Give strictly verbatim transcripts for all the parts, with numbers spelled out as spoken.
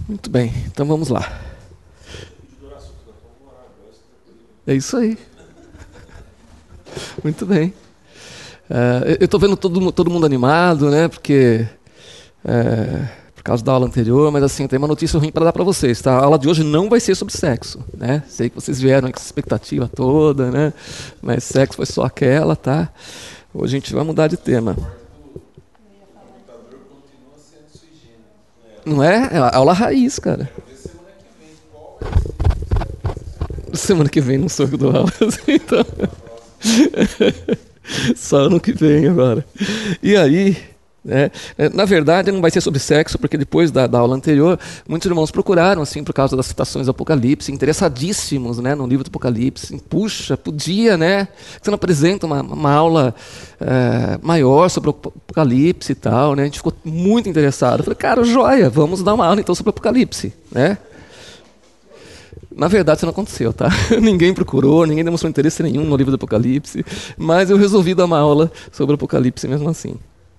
Muito bem, então vamos lá. É isso aí. Muito bem. Uh, eu estou vendo todo, todo mundo animado, né? Porque uh, por causa da aula anterior, mas assim, tem uma notícia ruim para dar para vocês, tá? A aula de hoje não vai ser sobre sexo, né? Sei que vocês vieram com essa expectativa toda, né? Mas sexo foi só aquela, tá? Hoje a gente vai mudar de tema. Não é? É a aula raiz, cara. Semana que vem não sou eu que dou aula, então. Só ano que vem agora. E aí, né, na verdade não vai ser sobre sexo, porque depois da, da aula anterior, muitos irmãos procuraram, assim, por causa das citações do Apocalipse, interessadíssimos, né, no livro do Apocalipse. Puxa, podia, né? Você não apresenta uma, uma aula é, maior sobre o Apocalipse e tal, né? A gente ficou muito interessado. Eu falei, cara, joia, vamos dar uma aula então sobre o Apocalipse, né? Na verdade, isso não aconteceu, tá? Ninguém procurou, ninguém demonstrou interesse nenhum no livro do Apocalipse, mas eu resolvi dar uma aula sobre o Apocalipse mesmo assim.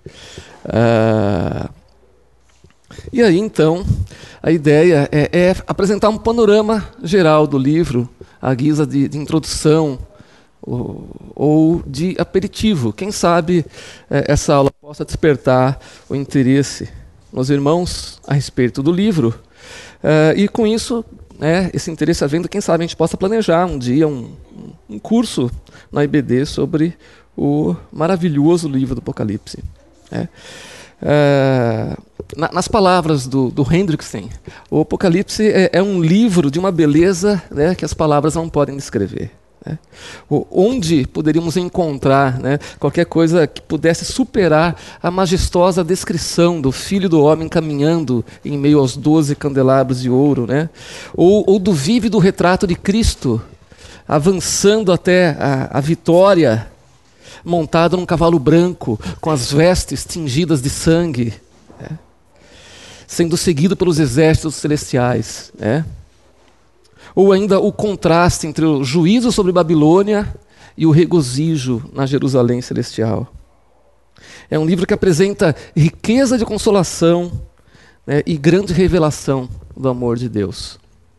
Ah, e aí, então, a ideia é, é apresentar um panorama geral do livro, à guisa de, de introdução ou, ou de aperitivo. Quem sabe é, essa aula possa despertar o interesse nos irmãos a respeito do livro. Ah, e com isso, É, esse interesse havendo, quem sabe a gente possa planejar um dia um, um curso na I B D sobre o maravilhoso livro do Apocalipse. É. É, na, nas palavras do, do Hendrickson, o Apocalipse é, é um livro de uma beleza, né, que as palavras não podem descrever. Né? O, onde poderíamos encontrar, né, qualquer coisa que pudesse superar a majestosa descrição do Filho do Homem caminhando em meio aos doze candelabros de ouro, né? ou, ou do vívido retrato de Cristo avançando até a, a vitória, montado num cavalo branco, com as vestes tingidas de sangue, né? Sendo seguido pelos exércitos celestiais, né? Ou ainda o contraste entre o juízo sobre Babilônia e o regozijo na Jerusalém celestial. É um livro que apresenta riqueza de consolação, né, e grande revelação do amor de Deus.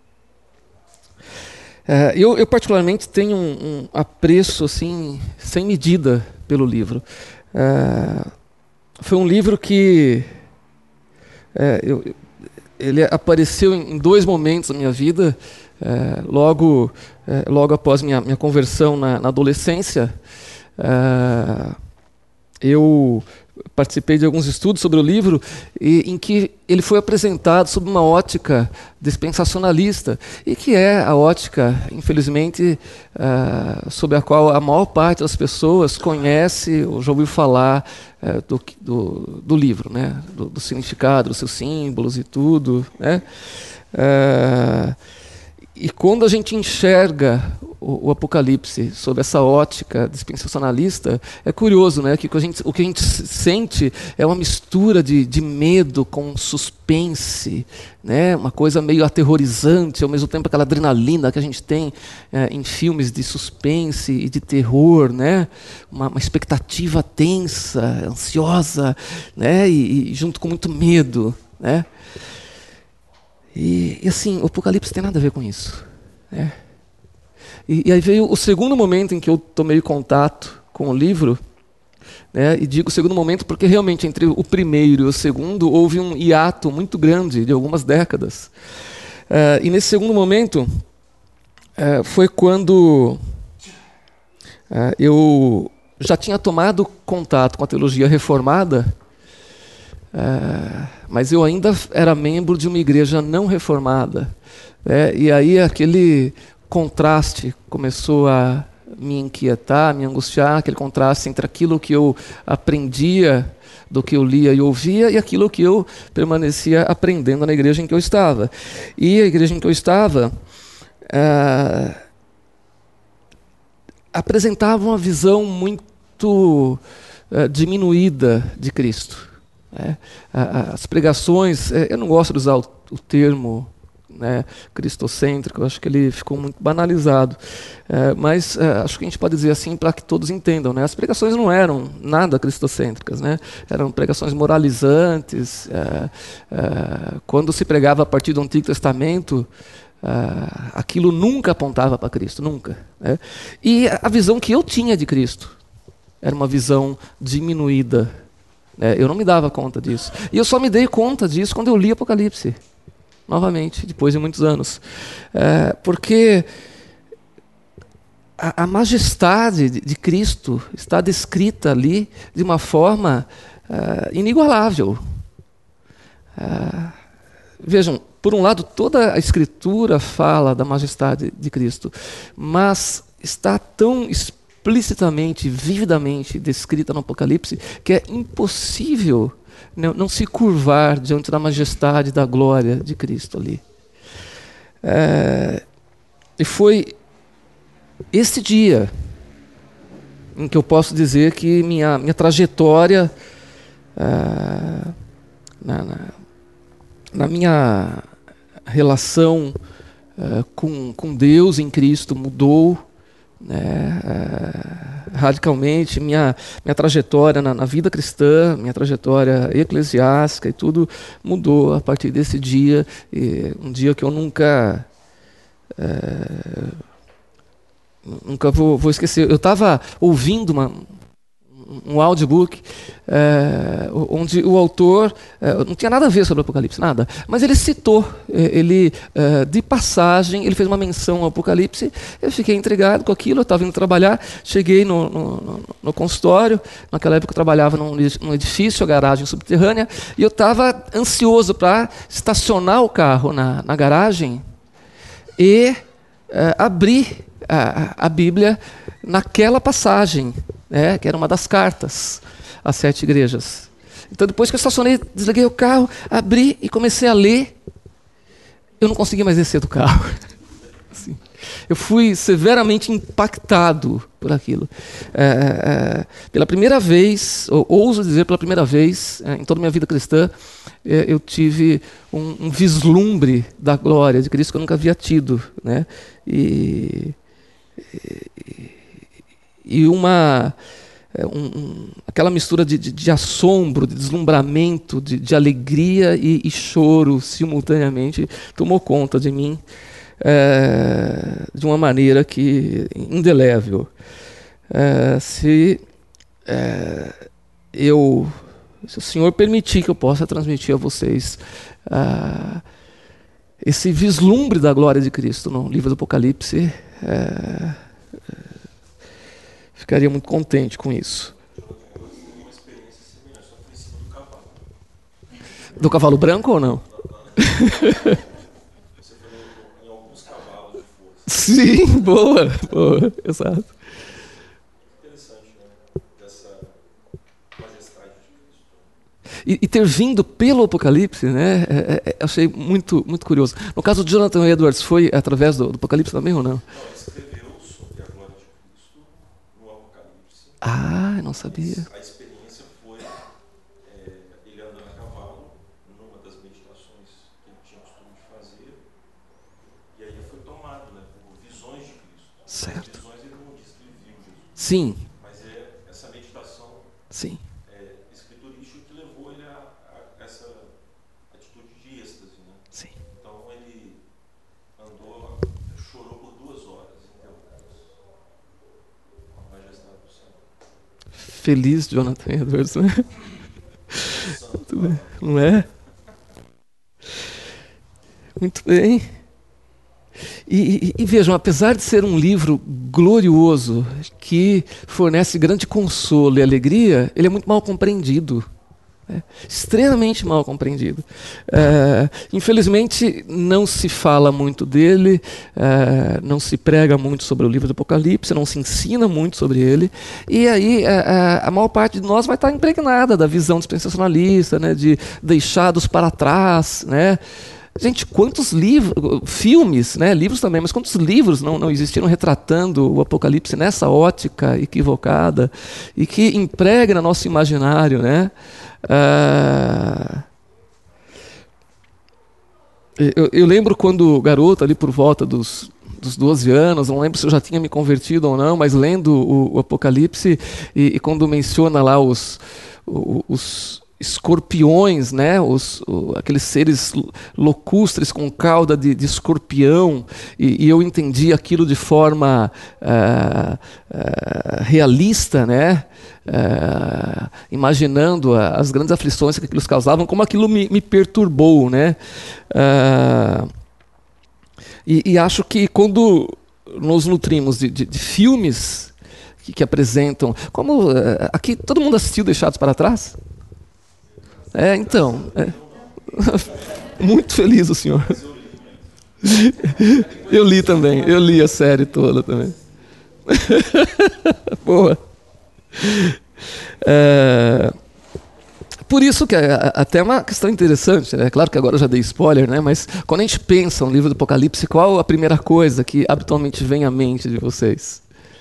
É, eu, eu particularmente tenho um, um apreço assim, sem medida pelo livro. É, foi um livro que é, eu, ele apareceu em dois momentos da minha vida. É, logo, é, logo após minha, minha conversão na, na adolescência, é, eu participei de alguns estudos sobre o livro e, em que ele foi apresentado sob uma ótica dispensacionalista, e que é a ótica, infelizmente, é, sobre a qual a maior parte das pessoas conhece ou já ouviu falar é, do, do, do livro, né? do, do significado, dos seus símbolos e tudo, né? É, E quando a gente enxerga o, o Apocalipse sob essa ótica dispensacionalista, é curioso, né, que o que a gente, o que a gente sente é uma mistura de, de medo com suspense, né, uma coisa meio aterrorizante, ao mesmo tempo aquela adrenalina que a gente tem é, em filmes de suspense e de terror, né, uma, uma expectativa tensa, ansiosa, né, e, e junto com muito medo, né. E, e assim, o Apocalipse tem nada a ver com isso. Né? E, e aí veio o segundo momento em que eu tomei contato com o livro, né? E digo segundo momento porque realmente entre o primeiro e o segundo houve um hiato muito grande de algumas décadas. Uh, e nesse segundo momento uh, foi quando uh, eu já tinha tomado contato com a teologia reformada, Uh, mas eu ainda era membro de uma igreja não reformada, né? E aí aquele contraste começou a me inquietar, me angustiar, aquele contraste entre aquilo que eu aprendia do que eu lia e ouvia e aquilo que eu permanecia aprendendo na igreja em que eu estava. E a igreja em que eu estava uh, apresentava uma visão muito uh, diminuída de Cristo. É, as pregações, eu não gosto de usar o, o termo né, cristocêntrico. Eu acho que ele ficou muito banalizado. É, mas é, acho que a gente pode dizer assim para que todos entendam, né? As pregações não eram nada cristocêntricas, né? Eram pregações moralizantes. É, é, quando se pregava a partir do Antigo Testamento, é, aquilo nunca apontava para Cristo, nunca. Né? E a visão que eu tinha de Cristo era uma visão diminuída. É, eu não me dava conta disso. E eu só me dei conta disso quando eu li Apocalipse. Novamente, depois de muitos anos. É, porque a, a majestade de, de Cristo está descrita ali de uma forma é, inigualável. É, vejam, por um lado, toda a Escritura fala da majestade de Cristo, mas está tão explicitamente, vividamente descrita no Apocalipse, que é impossível não, não se curvar diante da majestade, da glória de Cristo ali. É, e foi esse dia em que eu posso dizer que minha, minha trajetória é, na, na, na minha relação é, com, com Deus em Cristo mudou, né, é, radicalmente. Minha, minha trajetória na, na vida cristã, minha trajetória eclesiástica e tudo mudou a partir desse dia. E um dia que eu nunca é, nunca vou, vou esquecer. Eu estava ouvindo uma, um audiobook é, onde o autor é, não tinha nada a ver sobre o Apocalipse, nada, mas ele citou, ele é, de passagem, ele fez uma menção ao Apocalipse. Eu fiquei intrigado com aquilo, eu estava indo trabalhar, cheguei no, no, no consultório, naquela época eu trabalhava num, num edifício, garagem subterrânea, e eu estava ansioso para estacionar o carro na, na garagem e é, abrir a, a Bíblia naquela passagem, né, que era uma das cartas às sete igrejas. Então, depois que eu estacionei, desliguei o carro, abri e comecei a ler. Eu não consegui mais descer do carro. Assim, eu fui severamente impactado por aquilo. É, é, pela primeira vez, ou ouso dizer pela primeira vez, é, em toda a minha vida cristã, é, eu tive um, um vislumbre da glória de Cristo que eu nunca havia tido, né? E... e E uma, um, um, aquela mistura de, de, de assombro, de deslumbramento, de, de alegria e, e choro simultaneamente tomou conta de mim é, de uma maneira que indelével. É, se, é, eu, se o Senhor permitir que eu possa transmitir a vocês é, esse vislumbre da glória de Cristo no livro do Apocalipse, é, ficaria muito contente com isso. Uma experiência semelhante, só que em cima do cavalo. Do cavalo branco ou não? Você falou em alguns cavalos de força. Sim, boa, boa, exato. Interessante, né? Dessa majestade de Cristo. E, e ter vindo pelo Apocalipse, né? É, é, achei muito, muito curioso. No caso do Jonathan Edwards, foi através do, do Apocalipse também ou não? Não, ele escreveu sobre a glória de Cristo no Apocalipse. Ah, não sabia. A experiência foi é, ele andando a cavalo numa das meditações que ele tinha costume de fazer, e aí ele foi tomado, né, por visões de Cristo. Certo. As visões ele não disse que ele viu Jesus. Sim. Mas é essa meditação Sim. é, escriturística que levou ele a, a essa atitude de êxtase, né? Sim. Então ele andou, chorou por duas horas interruptas com a majestade do Senhor. Feliz Jonathan Edwards, né? Muito bem. Não é? Muito bem. E, e, e vejam, apesar de ser um livro glorioso, que fornece grande consolo e alegria, ele é muito mal compreendido. É, extremamente mal compreendido. É, infelizmente, não se fala muito dele, é, não se prega muito sobre o livro do Apocalipse, não se ensina muito sobre ele, e aí é, a maior parte de nós vai estar impregnada da visão dispensacionalista, né, de deixados para trás, né? Gente, quantos livros, filmes, né, livros também, mas quantos livros não, não existiram retratando o Apocalipse nessa ótica equivocada e que impregna nosso imaginário, né? Ah, Eu, eu lembro quando garoto, ali por volta dos, dos doze anos, não lembro se eu já tinha me convertido ou não, mas lendo o, o Apocalipse, e, e quando menciona lá os, os, os escorpiões, né? os, o, aqueles seres locustres com cauda de, de escorpião, e, e eu entendi aquilo de forma uh, uh, realista, né? Uh, imaginando a, as grandes aflições que aquilo causavam, como aquilo me, me perturbou, né? Uh, e, e acho que quando nos nutrimos de, de, de filmes que, que apresentam, como uh, aqui todo mundo assistiu Deixados para Trás? É, então, é. Muito feliz o senhor. Eu li também, eu li a série toda também. Boa. É, por isso que é até uma questão interessante, é né? Claro que agora eu já dei spoiler, né? Mas quando a gente pensa no livro do Apocalipse, qual a primeira coisa que habitualmente vem à mente de vocês?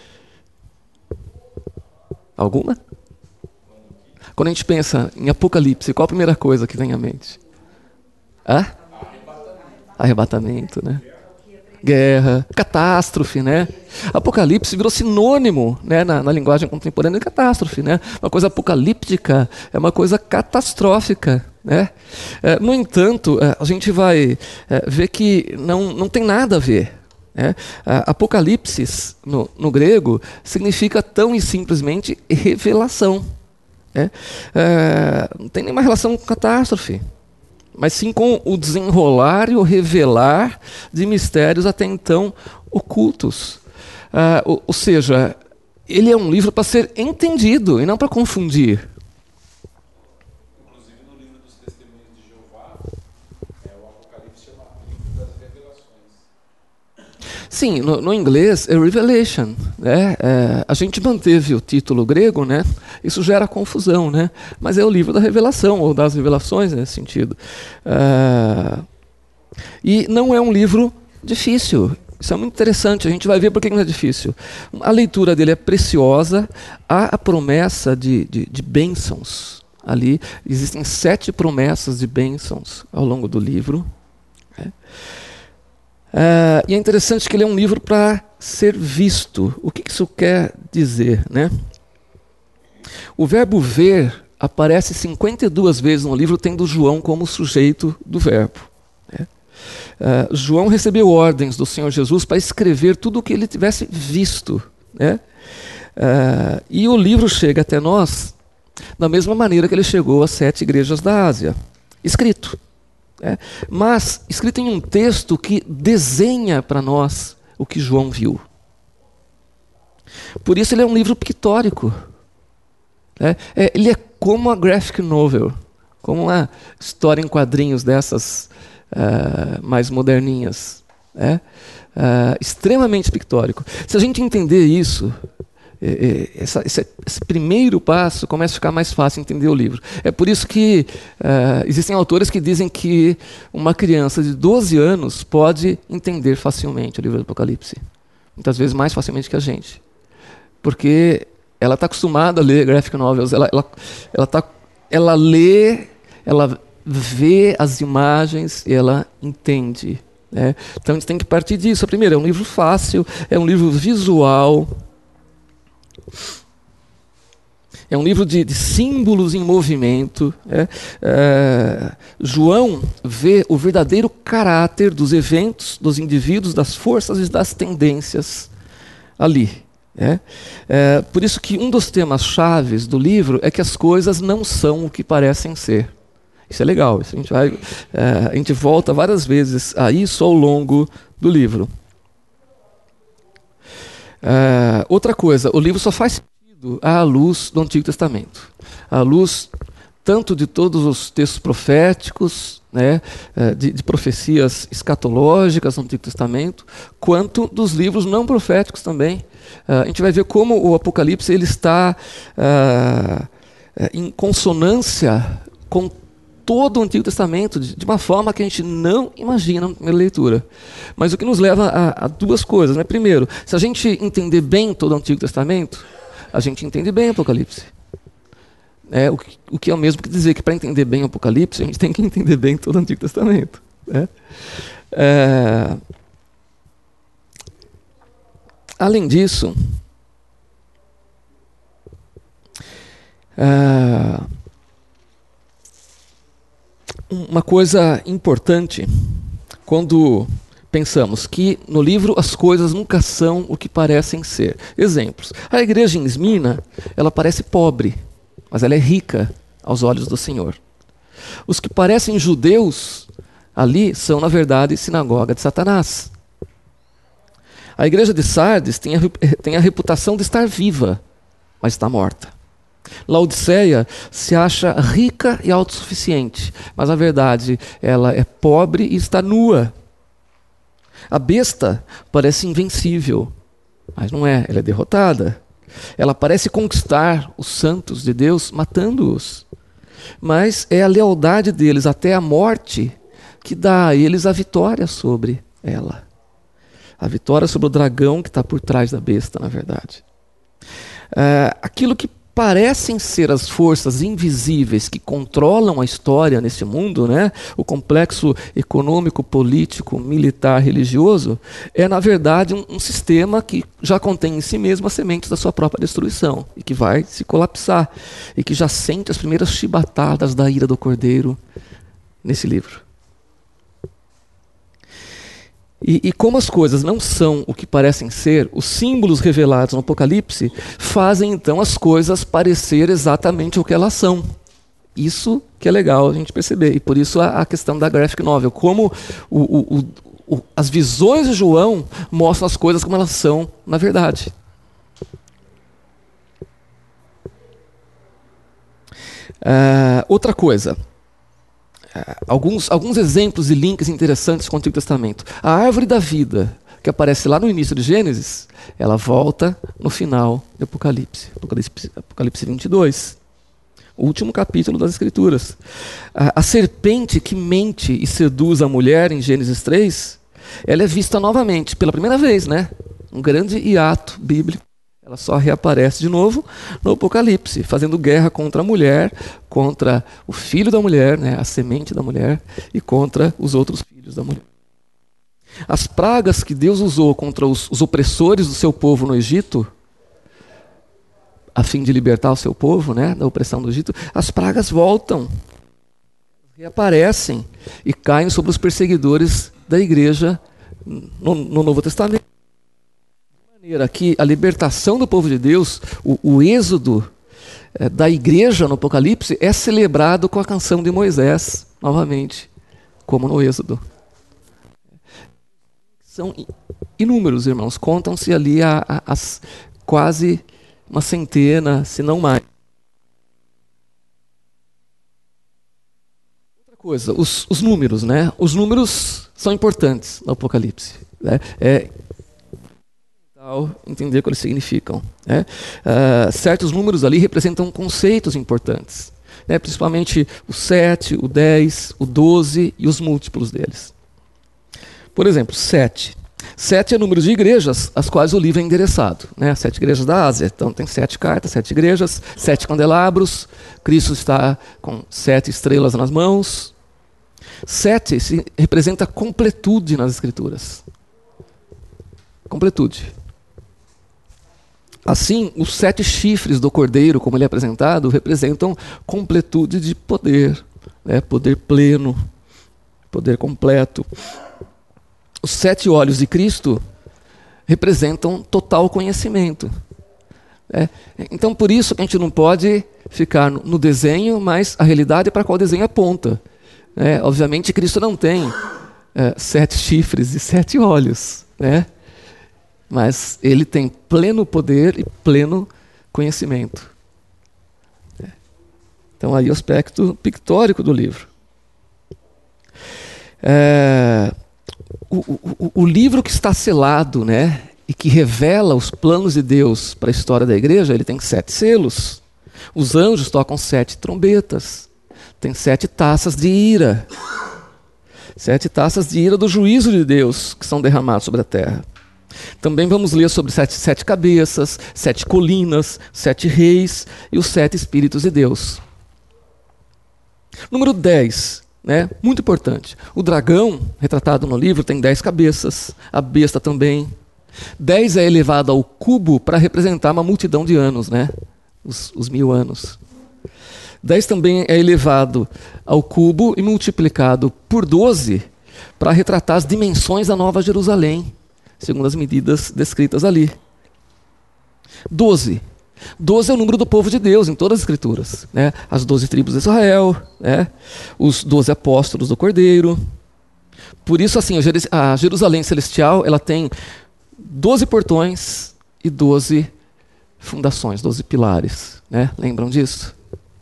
Alguma? Quando a gente pensa em Apocalipse, qual a primeira coisa que vem à mente? Hã? Arrebatamento, né? Guerra, catástrofe, né? Apocalipse virou sinônimo, né, na, na linguagem contemporânea de catástrofe, né? Uma coisa apocalíptica é uma coisa catastrófica, né? É, no entanto, a gente vai é, ver que não, não tem nada a ver. Né? Apocalipse, no, no grego, significa tão e simplesmente revelação. Né? É, não tem nenhuma relação com catástrofe, mas sim com o desenrolar e o revelar de mistérios até então ocultos. Ah, ou, ou seja, ele é um livro para ser entendido e não para confundir. Inclusive no livro dos Testemunhos de Jeová, é, o Apocalipse chama livro das revelações. Sim, no, no inglês é Revelation. Né? É, a gente manteve o título grego, né? Isso gera confusão, né? Mas é o livro da revelação, ou das revelações nesse sentido. Uh, e não é um livro difícil. Isso é muito interessante, a gente vai ver por que não é difícil. A leitura dele é preciosa, há a promessa de, de, de bênçãos ali. Existem sete promessas de bênçãos ao longo do livro. Né? Uh, e é interessante que ele é um livro para ser visto. O que isso quer dizer? Né? O verbo ver aparece cinquenta e duas vezes no livro, tendo João como sujeito do verbo. Né? Uh, João recebeu ordens do Senhor Jesus para escrever tudo o que ele tivesse visto. Né? Uh, e o livro chega até nós da mesma maneira que ele chegou às sete igrejas da Ásia, escrito. É, mas escrito em um texto que desenha para nós o que João viu. Por isso ele é um livro pictórico. É, é, ele é como a graphic novel, como uma história em quadrinhos dessas uh, mais moderninhas. É, uh, extremamente pictórico. Se a gente entender isso, Essa, esse, esse primeiro passo começa a ficar mais fácil entender o livro. É por isso que uh, existem autores que dizem que uma criança de doze anos pode entender facilmente o livro do Apocalipse. Muitas vezes mais facilmente que a gente. Porque ela está acostumada a ler graphic novels, ela, ela, ela, tá, ela lê, ela vê as imagens e ela entende. Né? Então a gente tem que partir disso. Primeiro, é um livro fácil, é um livro visual. É um livro de, de símbolos em movimento. É, é, João vê o verdadeiro caráter dos eventos, dos indivíduos, das forças e das tendências ali. É, é, por isso que um dos temas chaves do livro é que as coisas não são o que parecem ser. Isso é legal. Isso a, gente vai, é, a gente volta várias vezes a isso ao longo do livro. Uh, outra coisa, o livro só faz sentido à luz do Antigo Testamento. À luz tanto de todos os textos proféticos, né, de, de profecias escatológicas no Antigo Testamento, quanto dos livros não proféticos também. Uh, a gente vai ver como o Apocalipse ele está uh, em consonância com todo o Antigo Testamento, de uma forma que a gente não imagina na primeira leitura. Mas o que nos leva a, a duas coisas. Né? Primeiro, se a gente entender bem todo o Antigo Testamento, a gente entende bem o Apocalipse. É, o, que, o que é o mesmo que dizer que para entender bem o Apocalipse, a gente tem que entender bem todo o Antigo Testamento. Né? É... Além disso, é... uma coisa importante quando pensamos que no livro as coisas nunca são o que parecem ser. Exemplos. A igreja em Esmirna, ela parece pobre, mas ela é rica aos olhos do Senhor. Os que parecem judeus ali são, na verdade, sinagoga de Satanás. A igreja de Sardes tem a, tem a reputação de estar viva, mas está morta. Laodiceia se acha rica e autossuficiente, mas na verdade ela é pobre e está nua. A besta parece invencível, mas não é, ela é derrotada. Ela parece conquistar os santos de Deus matando-os, mas é a lealdade deles até a morte que dá a eles a vitória sobre ela. A vitória sobre o dragão que está por trás da besta, na verdade. É, aquilo que parecem ser as forças invisíveis que controlam a história nesse mundo, né? O complexo econômico, político, militar, religioso, é na verdade um, um sistema que já contém em si mesmo as sementes da sua própria destruição e que vai se colapsar e que já sente as primeiras chibatadas da ira do Cordeiro nesse livro. E, e como as coisas não são o que parecem ser, os símbolos revelados no Apocalipse fazem então as coisas parecer exatamente o que elas são. Isso que é legal a gente perceber. E por isso a, a questão da graphic novel. Como o, o, o, o, as visões de João mostram as coisas como elas são na verdade. Uh, outra coisa. Alguns, alguns exemplos e links interessantes com o Antigo Testamento. A árvore da vida, que aparece lá no início de Gênesis, ela volta no final do Apocalipse. Apocalipse, Apocalipse vinte e dois. O último capítulo das Escrituras. A, a serpente que mente e seduz a mulher, em Gênesis três, ela é vista novamente, pela primeira vez, né? Um grande hiato bíblico. Ela só reaparece de novo no Apocalipse, fazendo guerra contra a mulher, contra o filho da mulher, né, a semente da mulher, e contra os outros filhos da mulher. As pragas que Deus usou contra os, os opressores do seu povo no Egito, a fim de libertar o seu povo, né, da opressão do Egito, as pragas voltam, reaparecem e caem sobre os perseguidores da igreja no, no Novo Testamento. Que a libertação do povo de Deus, o, o êxodo é, da igreja no Apocalipse é celebrado com a canção de Moisés, novamente, como no êxodo. São inúmeros, irmãos, contam-se ali a, a, as quase uma centena, se não mais. Outra coisa, os, os números, né? Os números são importantes no Apocalipse. Né? É, entender o que eles significam. Né? Uh, certos números ali representam conceitos importantes, né? Principalmente o sete, o dez, o doze e os múltiplos deles. Por exemplo, sete. Sete é número de igrejas às quais o livro é endereçado. Né? Sete igrejas da Ásia. Então tem sete cartas, sete igrejas, sete candelabros. Cristo está com sete estrelas nas mãos. Sete se representa completude nas Escrituras. Completude. Assim, os sete chifres do Cordeiro, como ele é apresentado, representam completude de poder, né? Poder pleno, poder completo. Os sete olhos de Cristo representam total conhecimento. Né? Então, por isso que a gente não pode ficar no desenho, mas a realidade é para qual o desenho aponta. Né? Obviamente, Cristo não tem é, sete chifres e sete olhos, né? Mas ele tem pleno poder e pleno conhecimento. Então aí o aspecto pictórico do livro. É, o, o, o livro que está selado, né, e que revela os planos de Deus para a história da igreja, ele tem sete selos. Os anjos tocam sete trombetas. Tem sete taças de ira. Sete taças de ira do juízo de Deus que são derramadas sobre a terra. Também vamos ler sobre sete, sete cabeças, sete colinas, sete reis e os sete espíritos de Deus. Número dez. né? Muito importante. O dragão, retratado no livro, tem dez cabeças, a besta também. Dez é elevado ao cubo para representar uma multidão de anos, né? Os, os mil anos. Dez também é elevado ao cubo e multiplicado por doze para retratar as dimensões da Nova Jerusalém, segundo as medidas descritas ali. Doze. Doze é o número do povo de Deus em todas as Escrituras, né? As doze tribos de Israel, né? Os doze apóstolos do Cordeiro. Por isso, assim, a Jerusalém Celestial ela tem doze portões e doze fundações, doze pilares, né? Lembram disso?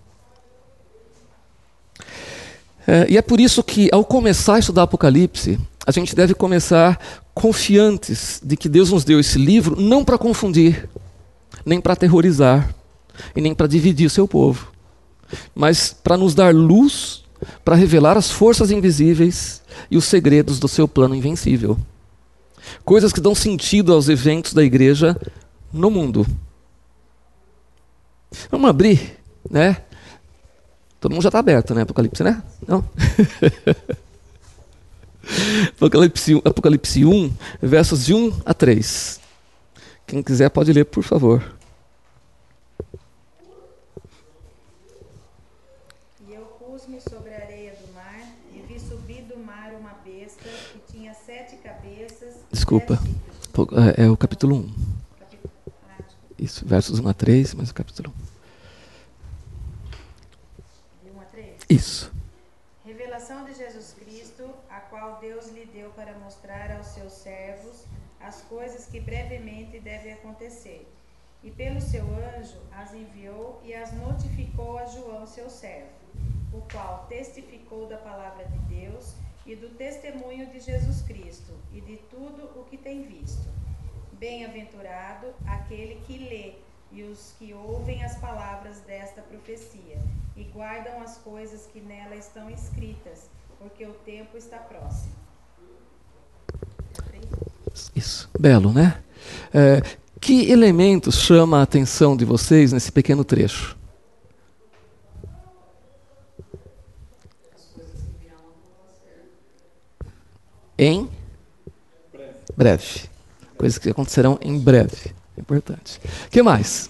É, e é por isso que, ao começar a estudar Apocalipse, a gente deve começar confiantes de que Deus nos deu esse livro não para confundir, nem para aterrorizar, e nem para dividir o seu povo, mas para nos dar luz, para revelar as forças invisíveis e os segredos do seu plano invencível. Coisas que dão sentido aos eventos da igreja no mundo. Vamos abrir, né? Todo mundo já está aberto, né? Apocalipse, né? Não? Apocalipse, Apocalipse um, versos de um a três. Quem quiser pode ler, por favor. E eu pus-me sobre a areia do mar e vi subir do mar uma besta que tinha sete cabeças. Desculpa, é, é o capítulo um. Capítulo... Ah, Isso, versos um a três, mas o capítulo um. um a três? Isso. Revelação de Jesus Cristo, a qual Deus lhe deu para mostrar aos seus servos as coisas que brevemente devem acontecer. E pelo seu anjo as enviou e as notificou a João, seu servo, o qual testificou da palavra de Deus e do testemunho de Jesus Cristo e de tudo o que tem visto. Bem-aventurado aquele que lê e os que ouvem as palavras desta profecia e guardam as coisas que nela estão escritas, porque o tempo está próximo. Isso, belo, né? É, que elementos chama a atenção de vocês nesse pequeno trecho? Em breve. Coisas que acontecerão em breve. Importante. O que mais?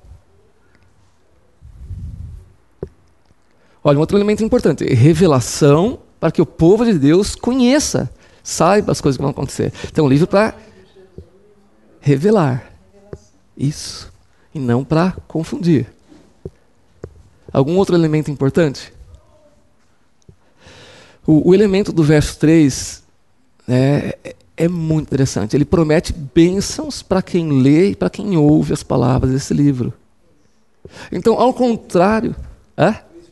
Olha, um outro elemento importante. Revelação para que o povo de Deus conheça, saiba as coisas que vão acontecer. Então, um livro para revelar. Isso. E não para confundir. Algum outro elemento importante? O, o elemento do verso três é, é muito interessante. Ele promete bênçãos para quem lê e para quem ouve as palavras desse livro. Então, ao contrário... É?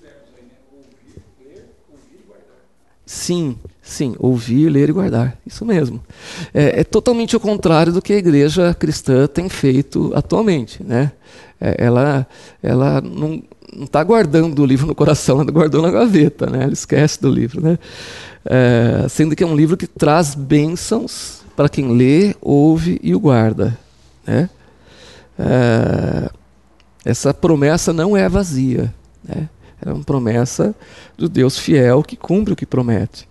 Sim, sim, ouvir, ler e guardar. Isso mesmo. É, é totalmente o contrário do que a igreja cristã tem feito atualmente, né? É, ela ela não está guardando o livro no coração, ela guardou na gaveta, né? Ela esquece do livro, né? É, sendo que é um livro que traz bênçãos para quem lê, ouve e o guarda, né? É, essa promessa não é vazia, né? É uma promessa do Deus fiel que cumpre o que promete.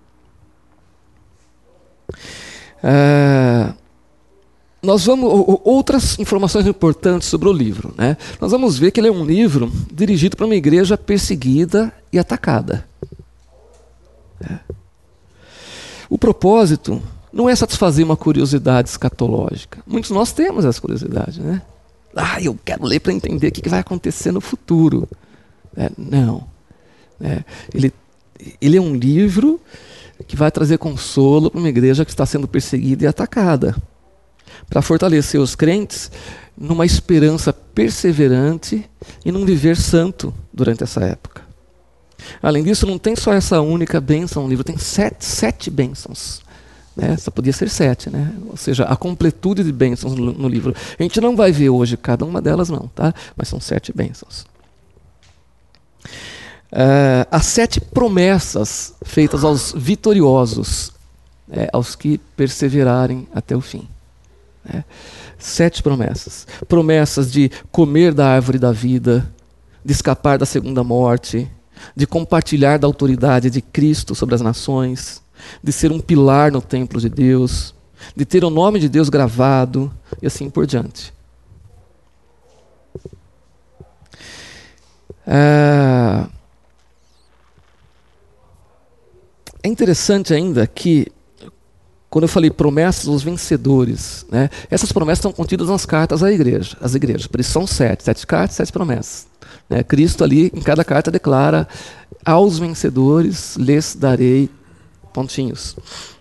É, nós vamos outras informações importantes sobre o livro, né? Nós vamos ver que ele é um livro dirigido para uma igreja perseguida e atacada. É. O propósito não é satisfazer uma curiosidade escatológica. Muitos de nós temos essa curiosidade, né? Ah, eu quero ler para entender o que vai acontecer no futuro. É, não. É, ele, ele é um livro que vai trazer consolo para uma igreja que está sendo perseguida e atacada, para fortalecer os crentes numa esperança perseverante e num viver santo durante essa época. Além disso, não tem só essa única bênção no livro, tem sete, sete bênçãos. Né? Só podia ser sete, né? Ou seja, a completude de bênçãos no, no livro. A gente não vai ver hoje cada uma delas, não, tá? Mas são sete bênçãos. Uh, as sete promessas feitas aos vitoriosos, né, aos que perseverarem até o fim. Né? Sete promessas. Promessas de comer da árvore da vida, de escapar da segunda morte, de compartilhar da autoridade de Cristo sobre as nações, de ser um pilar no templo de Deus, de ter o nome de Deus gravado e assim por diante. É, é interessante ainda que, quando eu falei promessas aos vencedores, né, essas promessas estão contidas nas cartas à igreja, às igrejas. Por isso são sete, sete cartas, sete promessas. Né? Cristo ali, em cada carta, declara: aos vencedores lhes darei pontinhos.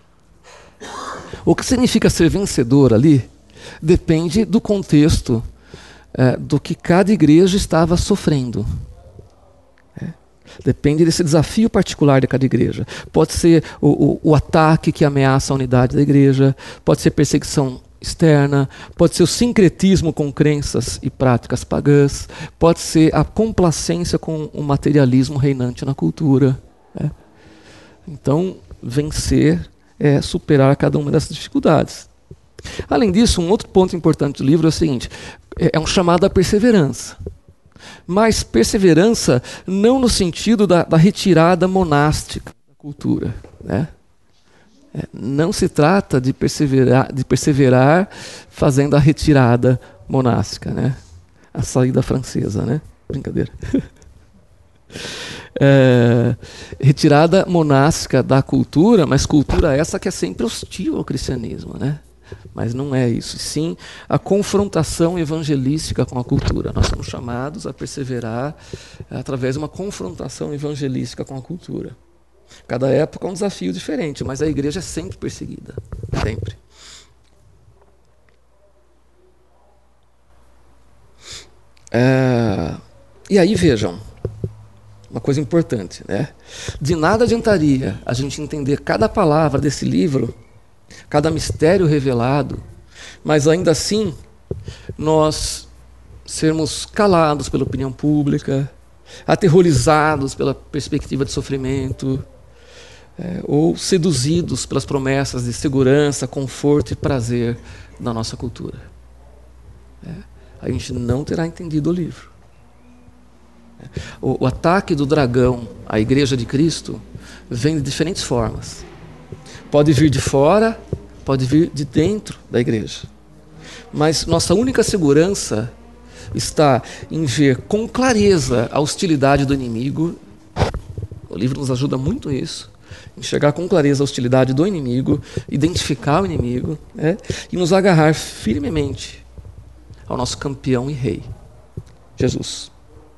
O que significa ser vencedor ali depende do contexto é, do que cada igreja estava sofrendo. É. Depende desse desafio particular de cada igreja. Pode ser o, o, o ataque que ameaça a unidade da igreja, pode ser perseguição externa, pode ser o sincretismo com crenças e práticas pagãs, pode ser a complacência com o materialismo reinante na cultura. É. Então, vencer é superar cada uma dessas dificuldades. Além disso, um outro ponto importante do livro é o seguinte: é um chamado à perseverança. Mas perseverança não no sentido da, da retirada monástica da cultura. Né? É, não se trata de perseverar, de perseverar fazendo a retirada monástica, né? A saída francesa, né? Brincadeira. É, retirada monástica da cultura, mas cultura essa que é sempre hostil ao cristianismo, né? Mas não é isso, sim a confrontação evangelística com a cultura. Nós somos chamados a perseverar através de uma confrontação evangelística com a cultura. Cada época é um desafio diferente, mas a igreja é sempre perseguida, sempre. É, e aí vejam, uma coisa importante, né? De nada adiantaria a gente entender cada palavra desse livro, cada mistério revelado, mas ainda assim nós sermos calados pela opinião pública, aterrorizados pela perspectiva de sofrimento, é, ou seduzidos pelas promessas de segurança, conforto e prazer da nossa cultura. É, a gente não terá entendido o livro. O, o ataque do dragão à Igreja de Cristo vem de diferentes formas. Pode vir de fora, pode vir de dentro da igreja. Mas nossa única segurança está em ver com clareza a hostilidade do inimigo. O livro nos ajuda muito nisso. Enxergar com clareza a hostilidade do inimigo, identificar o inimigo, né, e nos agarrar firmemente ao nosso campeão e rei, Jesus.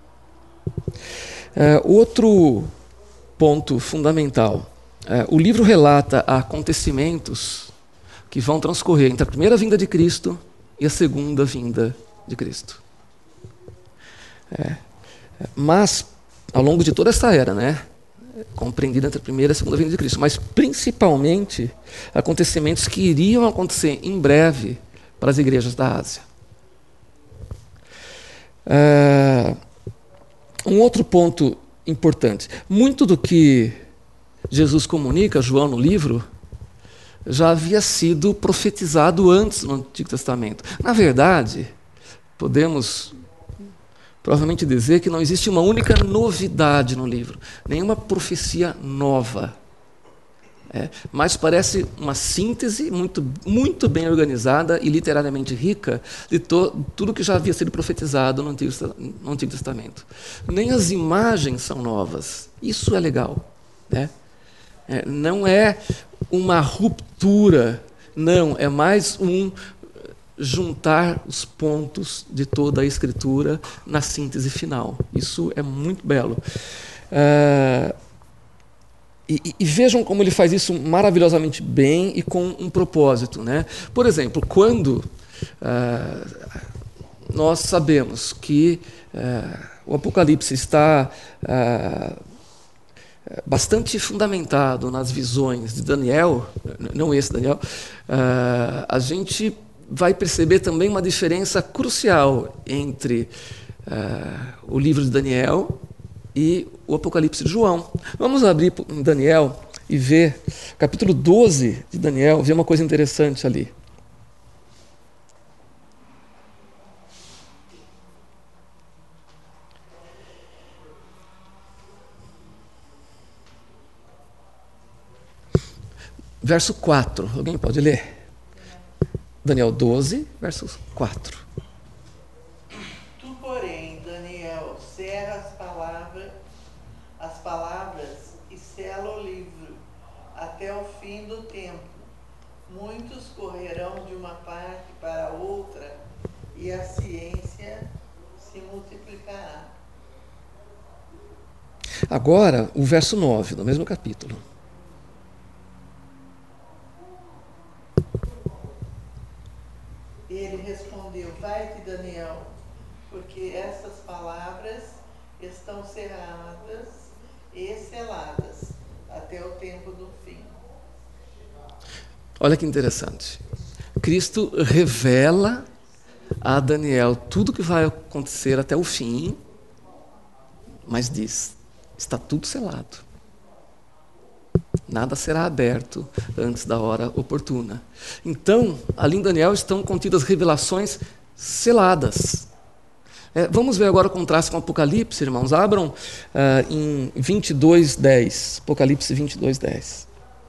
É, outro ponto fundamental. É, o livro relata acontecimentos que vão transcorrer entre a primeira vinda de Cristo e a segunda vinda de Cristo. É, mas, ao longo de toda essa era, né, compreendida entre a primeira e a segunda vinda de Cristo, mas principalmente acontecimentos que iriam acontecer em breve para as igrejas da Ásia. É, um outro ponto importante. Muito do que Jesus comunica, João, no livro, já havia sido profetizado antes no Antigo Testamento. Na verdade, podemos provavelmente dizer que não existe uma única novidade no livro, nenhuma profecia nova. É, mas parece uma síntese muito, muito bem organizada e literariamente rica de to, tudo que já havia sido profetizado no Antigo, no Antigo Testamento. Nem as imagens são novas. Isso é legal. Né? É, não é uma ruptura, não, é mais um juntar os pontos de toda a Escritura na síntese final. Isso é muito belo. É, E, e vejam como ele faz isso maravilhosamente bem e com um propósito. Né? Por exemplo, quando ah, nós sabemos que ah, o Apocalipse está ah, bastante fundamentado nas visões de Daniel, não esse Daniel, ah, a gente vai perceber também uma diferença crucial entre ah, o livro de Daniel e o Apocalipse de João. Vamos abrir em Daniel e ver, capítulo doze de Daniel, ver uma coisa interessante ali. verso quatro. Alguém pode ler? Daniel doze, verso quatro. Tu, porém, Daniel, cerra as palavras, as palavras e sela o livro até o fim do tempo. Muitos correrão de uma parte para outra e a ciência se multiplicará. Agora, o verso nove, do mesmo capítulo. Ele respondeu: vai-te, Daniel, porque essas palavras estão cerradas e seladas até o tempo do fim. Olha que interessante. Cristo revela a Daniel tudo o que vai acontecer até o fim, mas diz: está tudo selado. Nada será aberto antes da hora oportuna. Então, ali em Daniel estão contidas revelações seladas. É, vamos ver agora o contraste com o Apocalipse, irmãos. Abram uh, em vinte e dois, dez. Apocalipse vinte e dois, dez.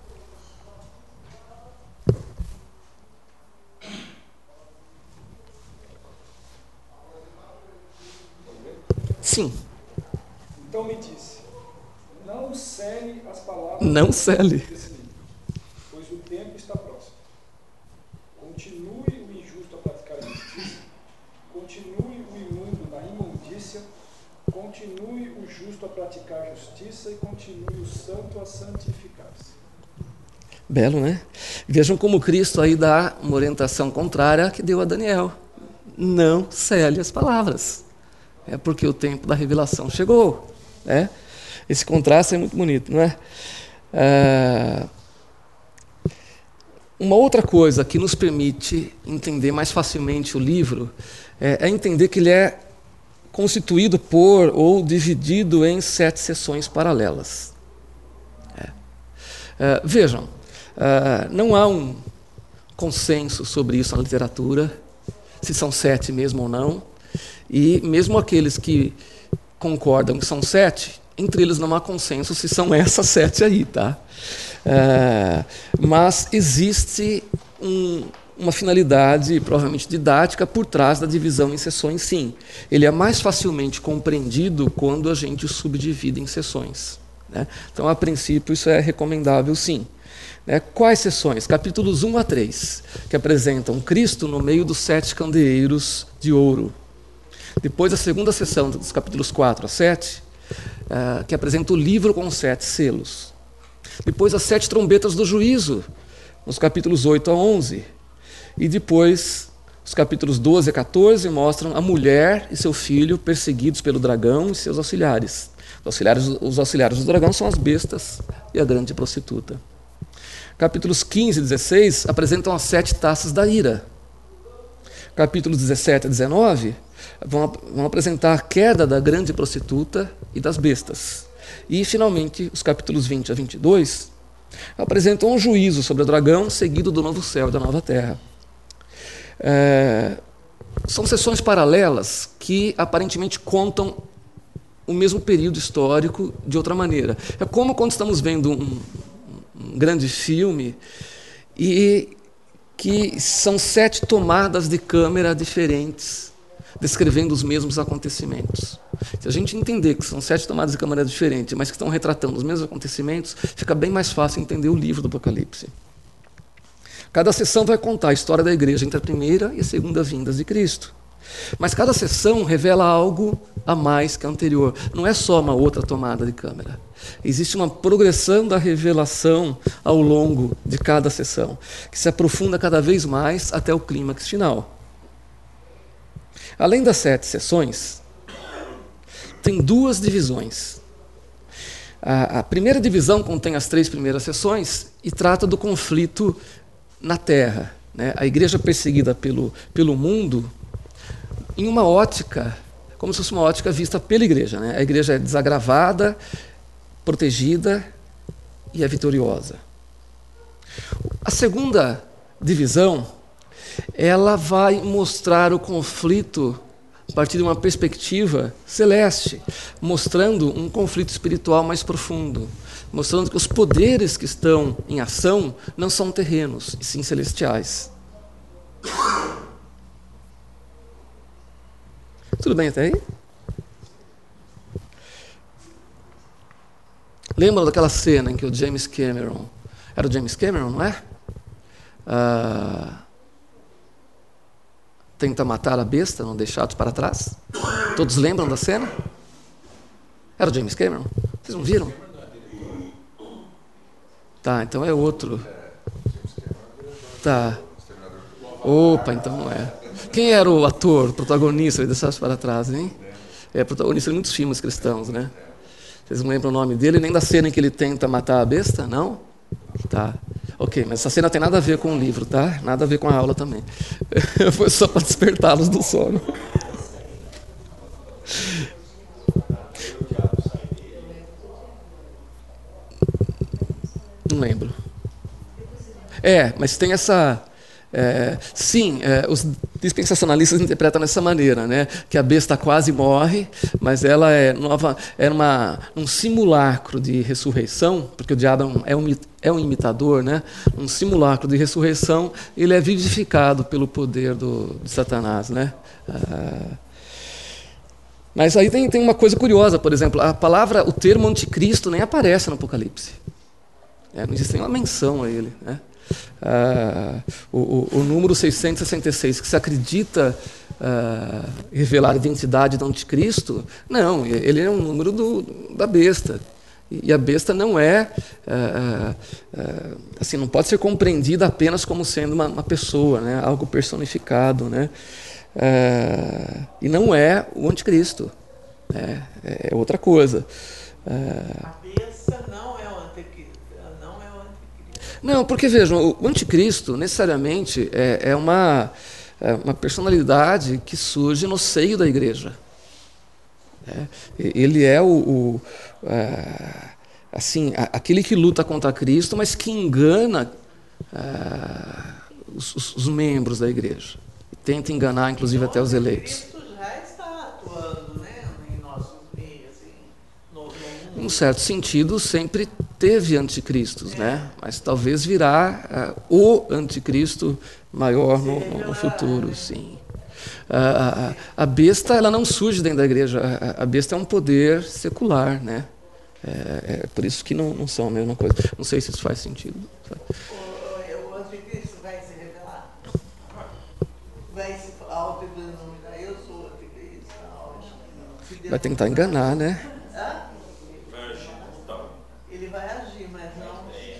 Sim. Então me disse: não cele as palavras Não cele. desse livro, pois o tempo está próximo. Continue o injusto a praticar a justiça, continue o imundo na imundícia, continue o justo a praticar a justiça e continue o santo a santificar-se. Belo, né? Vejam como Cristo aí dá uma orientação contrária que deu a Daniel. Não cele as palavras. É porque o tempo da revelação chegou. Né? Esse contraste é muito bonito, não é? Ah, uma outra coisa que nos permite entender mais facilmente o livro é, é entender que ele é constituído por ou dividido em sete sessões paralelas. É. Ah, vejam, ah, não há um consenso sobre isso na literatura, se são sete mesmo ou não, e mesmo aqueles que concordam que são sete, entre eles não há consenso se são essas sete aí, tá? É, mas existe um, uma finalidade, provavelmente didática, por trás da divisão em sessões, sim. Ele é mais facilmente compreendido quando a gente o subdivide em sessões. Né? Então, a princípio, isso é recomendável, sim. Né? Quais sessões? Capítulos um a três, que apresentam Cristo no meio dos sete candeeiros de ouro. Depois, a segunda sessão, dos capítulos quatro a sete, uh, que apresenta o livro com sete selos. Depois, as sete trombetas do juízo, nos capítulos oito a onze. E depois, os capítulos doze a quatorze mostram a mulher e seu filho perseguidos pelo dragão e seus auxiliares. Os auxiliares, os auxiliares do dragão são as bestas e a grande prostituta. Capítulos quinze e dezesseis apresentam as sete taças da ira. Capítulos dezessete a dezenove vão, vão apresentar a queda da grande prostituta e das bestas. E, finalmente, os capítulos vinte a vinte e dois apresentam um juízo sobre o dragão, seguido do novo céu e da nova terra. É, são sessões paralelas que, aparentemente, contam o mesmo período histórico de outra maneira. É como quando estamos vendo um, um grande filme e que são sete tomadas de câmera diferentes, descrevendo os mesmos acontecimentos. Se a gente entender que são sete tomadas de câmera diferentes, mas que estão retratando os mesmos acontecimentos, fica bem mais fácil entender o livro do Apocalipse. Cada sessão vai contar a história da igreja entre a primeira e a segunda vindas de Cristo. Mas cada sessão revela algo a mais que a anterior. Não é só uma outra tomada de câmera. Existe uma progressão da revelação ao longo de cada sessão, que se aprofunda cada vez mais até o clímax final. Além das sete sessões, tem duas divisões. A, a primeira divisão contém as três primeiras sessões e trata do conflito na Terra. Né? A igreja perseguida pelo, pelo mundo, em uma ótica, como se fosse uma ótica vista pela igreja. Né? A igreja é desagravada, protegida e é vitoriosa. A segunda divisão, ela vai mostrar o conflito a partir de uma perspectiva celeste, mostrando um conflito espiritual mais profundo, mostrando que os poderes que estão em ação não são terrenos, e sim celestiais. Tudo bem até aí? Lembram daquela cena em que o James Cameron, era o James Cameron, não é? Ah, tenta matar a besta, não deixá-los para trás? Todos lembram da cena? Era o James Cameron? Vocês não viram? Tá, então é outro. Tá. Opa, então não é. Quem era o ator, o protagonista de Deixá-los para trás, hein? É protagonista de muitos filmes cristãos, né? Vocês não lembram o nome dele, nem da cena em que ele tenta matar a besta? Não? Tá. Ok, mas essa cena tem nada a ver com o livro, tá? Nada a ver com a aula também. Foi só para despertá-los do sono. Não lembro. É, mas tem essa... É, sim, é, os dispensacionalistas interpretam dessa maneira, né? Que a besta quase morre, mas ela é, nova, é uma, um simulacro de ressurreição, porque o diabo é um, é um imitador, né? Um simulacro de ressurreição, ele é vivificado pelo poder do, de Satanás, né? Ah, mas aí tem, tem uma coisa curiosa, por exemplo, a palavra, o termo anticristo nem aparece no Apocalipse. É, não existe nenhuma menção a ele, né? Ah, o, o, o número seiscentos e sessenta e seis, que se acredita ah, revelar a identidade do anticristo, não, ele é um número do, da besta. E a besta não é, ah, ah, assim, não pode ser compreendida apenas como sendo uma, uma pessoa, né, algo personificado, né, ah, e não é o anticristo, né, é outra coisa. Ah, A besta não é o anticristo. Não, porque vejam, o anticristo necessariamente é, é, uma, é uma personalidade que surge no seio da igreja. É, ele é o, o é, assim, aquele que luta contra Cristo, mas que engana é, os, os membros da igreja. E tenta enganar, inclusive, até os eleitos. Cristo já está atuando, né, em nossos meios, assim, no, no mundo. Em um certo sentido, sempre teve anticristos, é. né? Mas talvez virá uh, o anticristo maior no, no futuro, sim. Uh, a, a besta, ela não surge dentro da igreja. A, a besta é um poder secular, né? É, é por isso que não, não são a mesma coisa. Não sei se isso faz sentido. O, o anticristo vai se revelar? Vai se autodenominar? Eu sou o anticristo. Vai tentar enganar, né? Ele vai agir, mas não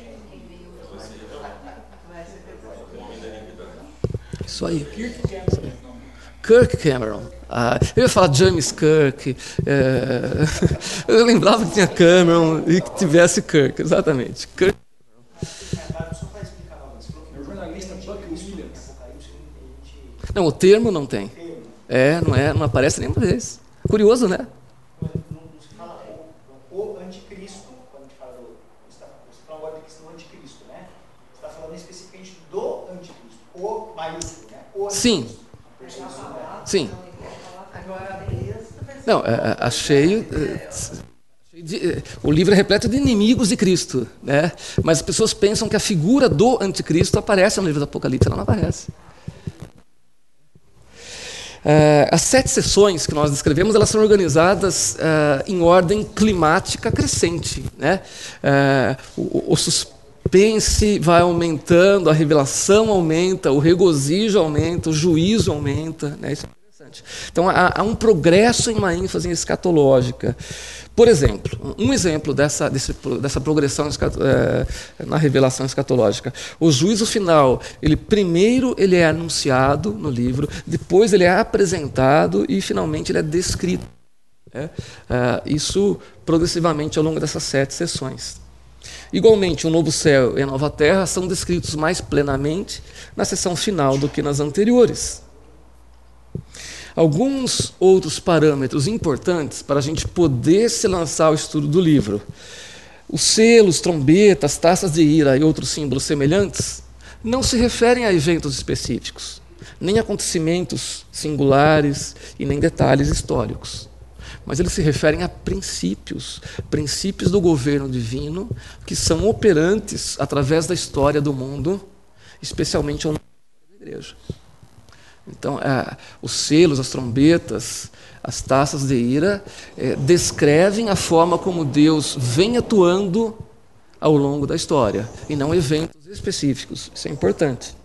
vai ser revelado. Isso aí. Kirk Cameron. Ah, eu ia falar James Kirk. É, eu lembrava que tinha Cameron e que tivesse Kirk, exatamente. Kirk. Não, o termo não tem. É, não é, não aparece nenhuma vez. Curioso, né? O anticristo, quando a gente fala do, você está falando agora do anticristo, né? Você está falando especificamente do anticristo, o maiúsculo, né? O Sim. Sim. Agora, isso não, é, é, cheio, é, cheio de, é, o livro é repleto de inimigos de Cristo, né? Mas as pessoas pensam que a figura do anticristo aparece no livro do Apocalipse, ela não aparece. Uh, as sete sessões que nós descrevemos, elas são organizadas uh, em ordem climática crescente, né? Uh, o, o suspense vai aumentando, a revelação aumenta, o regozijo aumenta, o juízo aumenta, né? Isso é interessante. Então há, há um progresso em uma ênfase escatológica. Por exemplo, um exemplo dessa, desse, dessa progressão é, na revelação escatológica. O juízo final, ele primeiro ele é anunciado no livro, depois ele é apresentado e finalmente ele é descrito. É, é, isso progressivamente ao longo dessas sete sessões. Igualmente, o novo céu e a nova terra são descritos mais plenamente na sessão final do que nas anteriores. Alguns outros parâmetros importantes para a gente poder se lançar ao estudo do livro. Os selos, trombetas, taças de ira e outros símbolos semelhantes não se referem a eventos específicos, nem a acontecimentos singulares e nem detalhes históricos. mas eles se referem a princípios, princípios do governo divino, que são operantes através da história do mundo, especialmente ao longo da igreja. Então, é, os selos, as trombetas, as taças de ira, é, descrevem a forma como Deus vem atuando ao longo da história, e não eventos específicos. Isso é importante.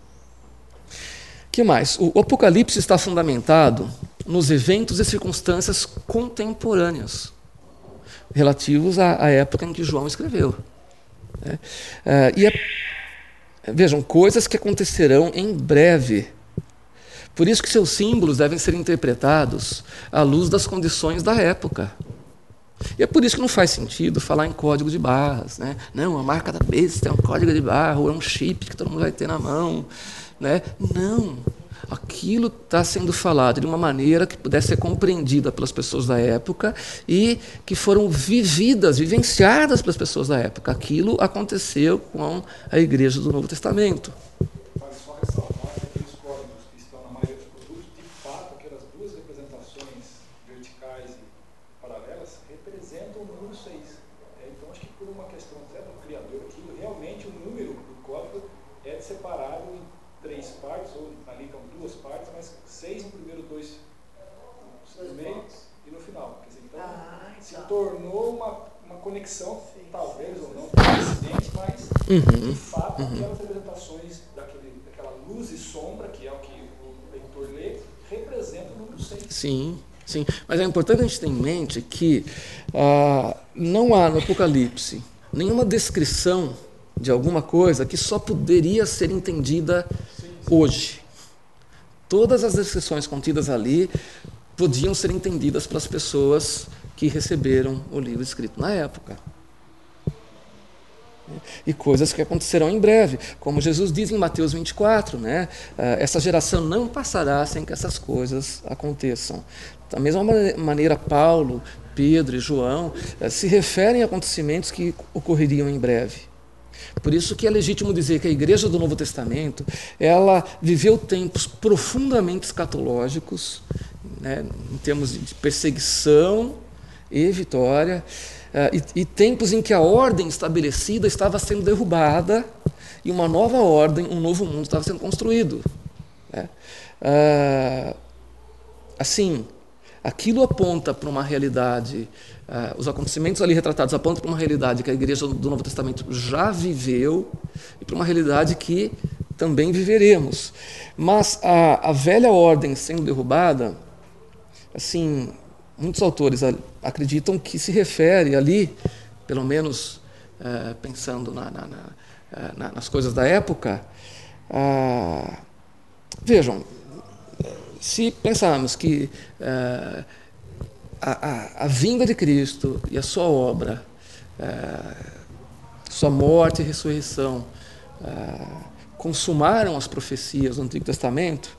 O que mais? O Apocalipse está fundamentado nos eventos e circunstâncias contemporâneas, relativos à, à época em que João escreveu. É, é, e é, vejam, coisas que acontecerão em breve. Por isso que seus símbolos devem ser interpretados à luz das condições da época. E é por isso que não faz sentido falar em código de barras, né? Não, a marca da besta é um código de barra, ou é um chip que todo mundo vai ter na mão, né? Não. Aquilo está sendo falado de uma maneira que pudesse ser compreendida pelas pessoas da época e que foram vividas, vivenciadas pelas pessoas da época. Aquilo aconteceu com a Igreja do Novo Testamento. Vale só ressaltar que aqueles códigos que estão na maioria dos produtos, de fato, aquelas duas representações verticais e paralelas representam o número seis. É, então, acho que por uma questão até do criador, aquilo realmente o número do código é separado em três partes, ou ali com duas partes, mas seis no primeiro, dois no meio e no final. Quer dizer, então, Ah, se então. tornou uma, uma conexão, talvez ou não, por acidente, mas Uhum. de fato, aquelas representações daquele, daquela luz e sombra, que é o que o leitor lê, representam o número seis. Sim, sim. Mas é importante a gente ter em mente que ah, não há no Apocalipse nenhuma descrição de alguma coisa que só poderia ser entendida hoje. Todas as descrições contidas ali podiam ser entendidas pelas pessoas que receberam o livro escrito na época. E coisas que acontecerão em breve, como Jesus diz em Mateus vinte e quatro, né? Essa geração não passará sem que essas coisas aconteçam. Da mesma maneira, Paulo, Pedro e João se referem a acontecimentos que ocorreriam em breve. Por isso que é legítimo dizer que a Igreja do Novo Testamento, ela viveu tempos profundamente escatológicos, né, em termos de perseguição e vitória, uh, e, e tempos em que a ordem estabelecida estava sendo derrubada e uma nova ordem, um novo mundo estava sendo construído. Né? Uh, assim, aquilo aponta para uma realidade, uh, os acontecimentos ali retratados apontam para uma realidade que a Igreja do Novo Testamento já viveu e para uma realidade que também viveremos. Mas a, a velha ordem sendo derrubada, assim, muitos autores acreditam que se refere ali, pelo menos uh, pensando na, na, na, na, nas coisas da época, uh, vejam, se pensarmos que uh, a, a, a vinda de Cristo e a sua obra, uh, sua morte e ressurreição, uh, consumaram as profecias do Antigo Testamento,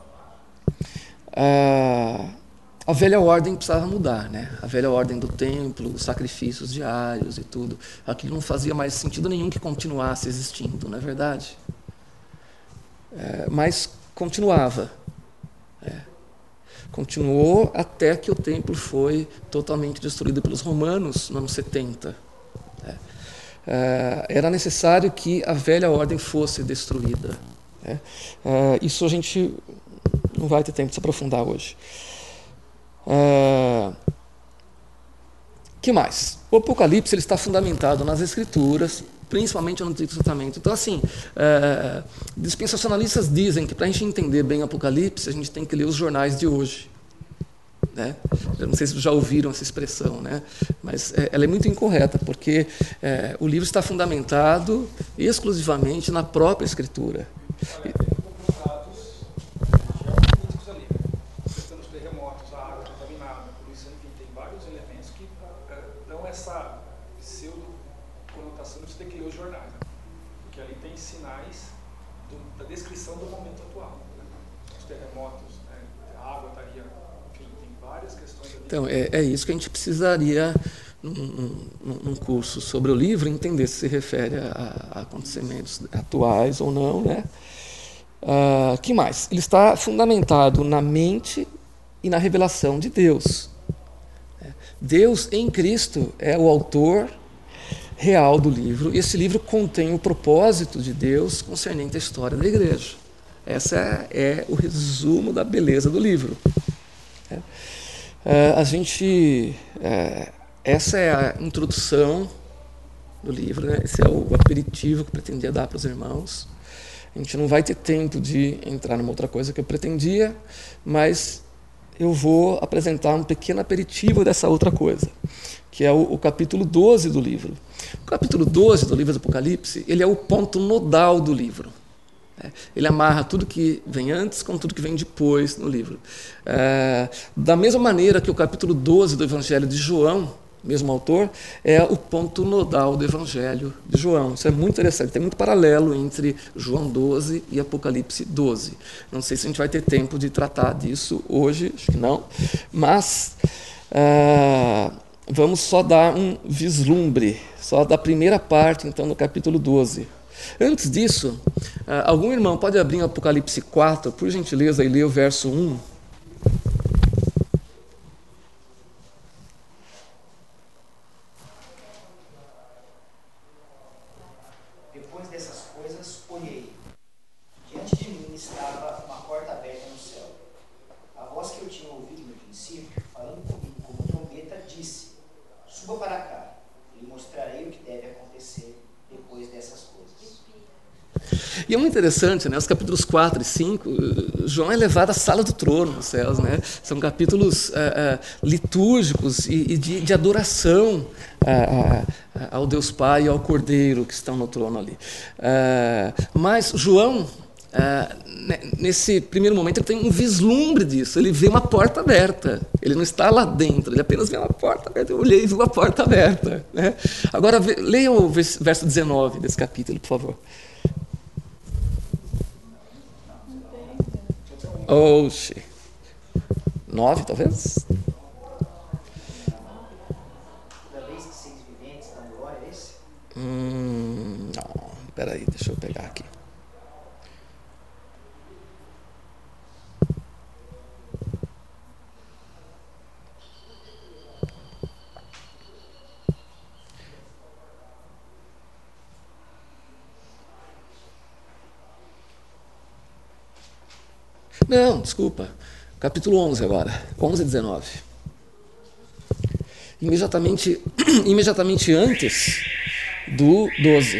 uh, a velha ordem precisava mudar, né? A velha ordem do templo, os sacrifícios diários e tudo. Aquilo não fazia mais sentido nenhum que continuasse existindo, não é verdade? Uh, mas continuava. É. Continuou até que o templo foi totalmente destruído pelos romanos no ano setenta. É. É, era necessário que a velha ordem fosse destruída. É. É, isso a gente não vai ter tempo de se aprofundar hoje. É, que mais? O Apocalipse ele está fundamentado nas Escrituras, principalmente no Antigo Testamento. Então, assim, é, dispensacionalistas dizem que para a gente entender bem o Apocalipse, a gente tem que ler os jornais de hoje. Né? Eu não sei se já ouviram essa expressão, né? Mas é, ela é muito incorreta, porque é, o livro está fundamentado exclusivamente na própria Escritura. Olha, tem dados geopolíticos ali, né? Questão dos terremotos, a água contaminada, por isso, enfim, tem vários elementos que é, dão essa pseudo-conotação de você ter que ler os jornais, né? Porque ali tem sinais do, da descrição do momento atual, né? Os terremotos, né? A água estaria, enfim, tem várias questões ali. Então, é, é isso que a gente precisaria, num, num, num curso sobre o livro, entender se se refere a, a acontecimentos atuais ou não, né? Uh, que mais? Ele está fundamentado na mente e na revelação de Deus. É. Deus em Cristo é o autor real do livro, e esse livro contém o propósito de Deus concernente à história da igreja. Esse é, é o resumo da beleza do livro. É. É, a gente, é, essa é a introdução do livro, né? Esse é o aperitivo que eu pretendia dar para os irmãos. A gente não vai ter tempo de entrar numa outra coisa que eu pretendia, mas eu vou apresentar um pequeno aperitivo dessa outra coisa, que é o, o capítulo doze do livro. O capítulo doze do livro do Apocalipse, ele é o ponto nodal do livro. Ele amarra tudo que vem antes com tudo que vem depois no livro. É, da mesma maneira que o capítulo doze do Evangelho de João, mesmo autor, é o ponto nodal do Evangelho de João. Isso é muito interessante, tem muito paralelo entre João doze e Apocalipse doze. Não sei se a gente vai ter tempo de tratar disso hoje, acho que não, mas é, vamos só dar um vislumbre, só da primeira parte, então, no capítulo doze. Antes disso, algum irmão pode abrir o Apocalipse quatro, por gentileza, e ler o verso um? Depois dessas coisas, olhei. Diante de mim estava uma porta aberta no céu. A voz que eu tinha ouvido no princípio, falando comigo como trombeta, disse: suba para cá, e lhe mostrarei o que deve acontecer depois dessas coisas. E é muito interessante, né? Os capítulos quatro e cinco, João é levado à sala do trono nos céus, né? São capítulos uh, uh, litúrgicos e, e de, de adoração uh, uh, ao Deus Pai e ao Cordeiro que estão no trono ali. Uh, mas João, uh, nesse primeiro momento, ele tem um vislumbre disso. Ele vê uma porta aberta. Ele não está lá dentro, ele apenas vê uma porta aberta. Eu olhei e vi uma porta aberta, né? Agora, leia o verso dezenove desse capítulo, por favor. Oxe. Nove, talvez? Toda vez que seis viventes dão glória a esse? Hum, não, peraí, deixa eu pegar aqui. Não, desculpa. Capítulo onze agora. onze e dezenove. Imediatamente, imediatamente antes do doze.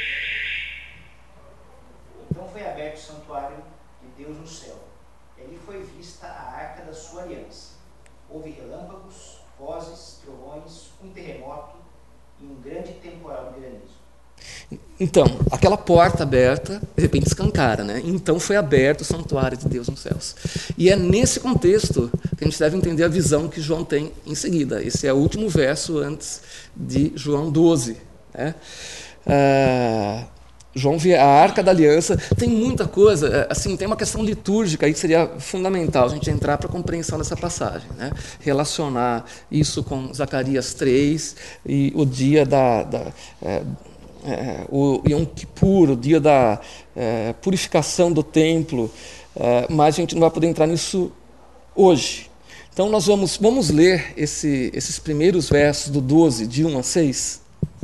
Então foi aberto o santuário de Deus no céu. E ali foi vista a arca da sua aliança. Houve relâmpagos, vozes, trovões, um terremoto e um grande temporal de granizo. Então, aquela porta aberta, de repente escancara, né? Então foi aberto o santuário de Deus nos céus. E é nesse contexto que a gente deve entender a visão que João tem em seguida. Esse é o último verso antes de João doze. Né? Ah, João vê a Arca da Aliança. Tem muita coisa, assim, tem uma questão litúrgica aí que seria fundamental a gente entrar para a compreensão dessa passagem. Né? Relacionar isso com Zacarias três e o dia da... da é, É, o Yom Kippur, o dia da é, purificação do templo, é, mas a gente não vai poder entrar nisso hoje. Então nós vamos, vamos ler esse, esses primeiros versos do doze, de um a seis.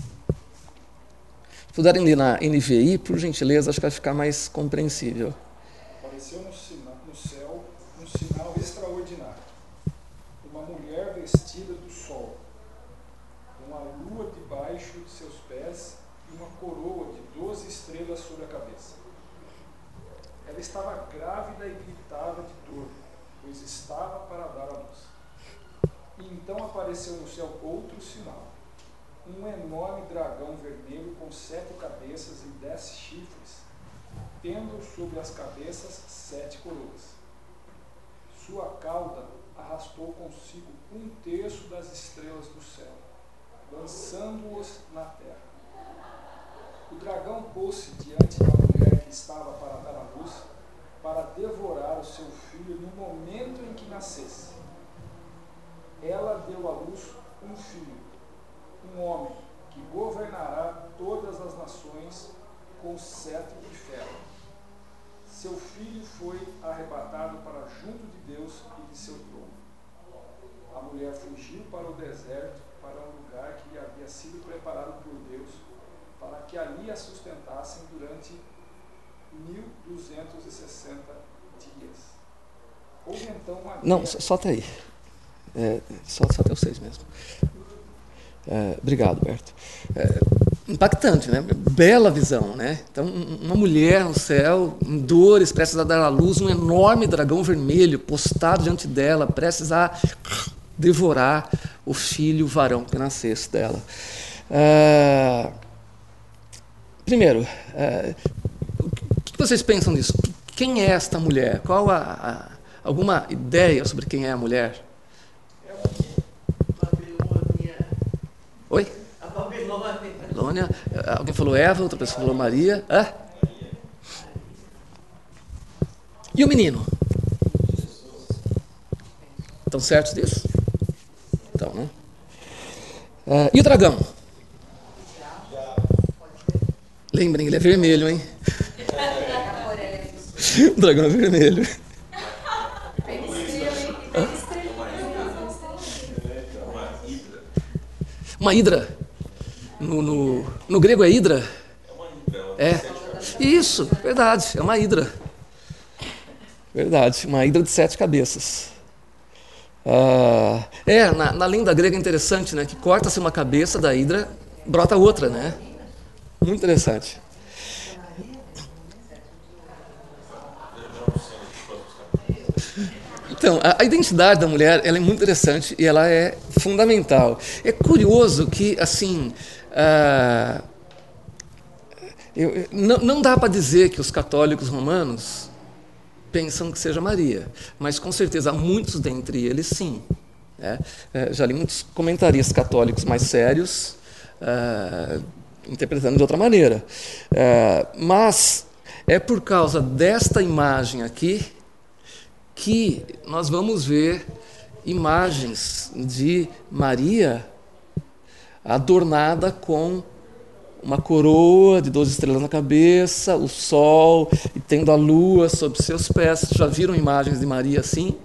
Se puderem ler na N V I, por gentileza, acho que vai ficar mais compreensível. Apareceu no, sina, no céu um sinal extraordinário. Uma mulher vestida do sol, com a lua debaixo de seus pés, uma coroa de doze estrelas sobre a cabeça. Ela estava grávida e gritava de dor, pois estava para dar à luz. E então apareceu no céu outro sinal, um enorme dragão vermelho com sete cabeças e dez chifres, tendo sobre as cabeças sete coroas. Sua cauda arrastou consigo um terço das estrelas do céu, lançando-os na terra. O dragão pôs-se diante da mulher que estava para dar à luz, para devorar o seu filho no momento em que nascesse. Ela deu à luz um filho, um homem, que governará todas as nações com cetro de ferro. Seu filho foi arrebatado para junto de Deus e de seu trono. A mulher fugiu para o deserto, para um lugar que lhe havia sido preparado por Deus, para que ali a sustentassem durante mil duzentos e sessenta dias. Houve então uma Não, guerra- só, só até aí. É, só, só até o seis mesmo. É, obrigado, Berto. É, impactante, né? Bela visão, né? Então, um- uma mulher no céu, em dores, prestes a dar à luz, um enorme dragão vermelho postado diante dela, prestes a devorar o filho, o varão que nascesse dela. É, primeiro, é, o que vocês pensam disso? Quem é esta mulher? Qual a, a, alguma ideia sobre quem é a mulher? Babilônia. Oi? A Babilônia. Babilônia. Alguém falou Eva, outra pessoa falou Maria. Hã? E o menino? Estão certos disso? Então, né? Ah, e o dragão? Lembrem, ele é vermelho, hein? O dragão é vermelho. Uma hidra. No, no, no grego é hidra? É. Isso, verdade, é uma hidra. Verdade, uma hidra de sete cabeças. Ah, é, na, na lenda grega é interessante, né? Que corta-se uma cabeça da hidra, brota outra, né? Muito interessante. Então, a, a identidade da mulher ela é muito interessante e ela é fundamental. É curioso que, assim, ah, eu, eu- não, não dá para dizer que os católicos romanos pensam que seja Maria, mas com certeza há muitos dentre eles sim. Né? Eh, já li muitos comentaristas católicos mais sérios ah, interpretando de outra maneira. Ah, mas é por causa desta imagem aqui que nós vamos ver imagens de Maria adornada com uma coroa de doze estrelas na cabeça, o sol e tendo a lua sob seus pés. Já viram imagens de Maria assim?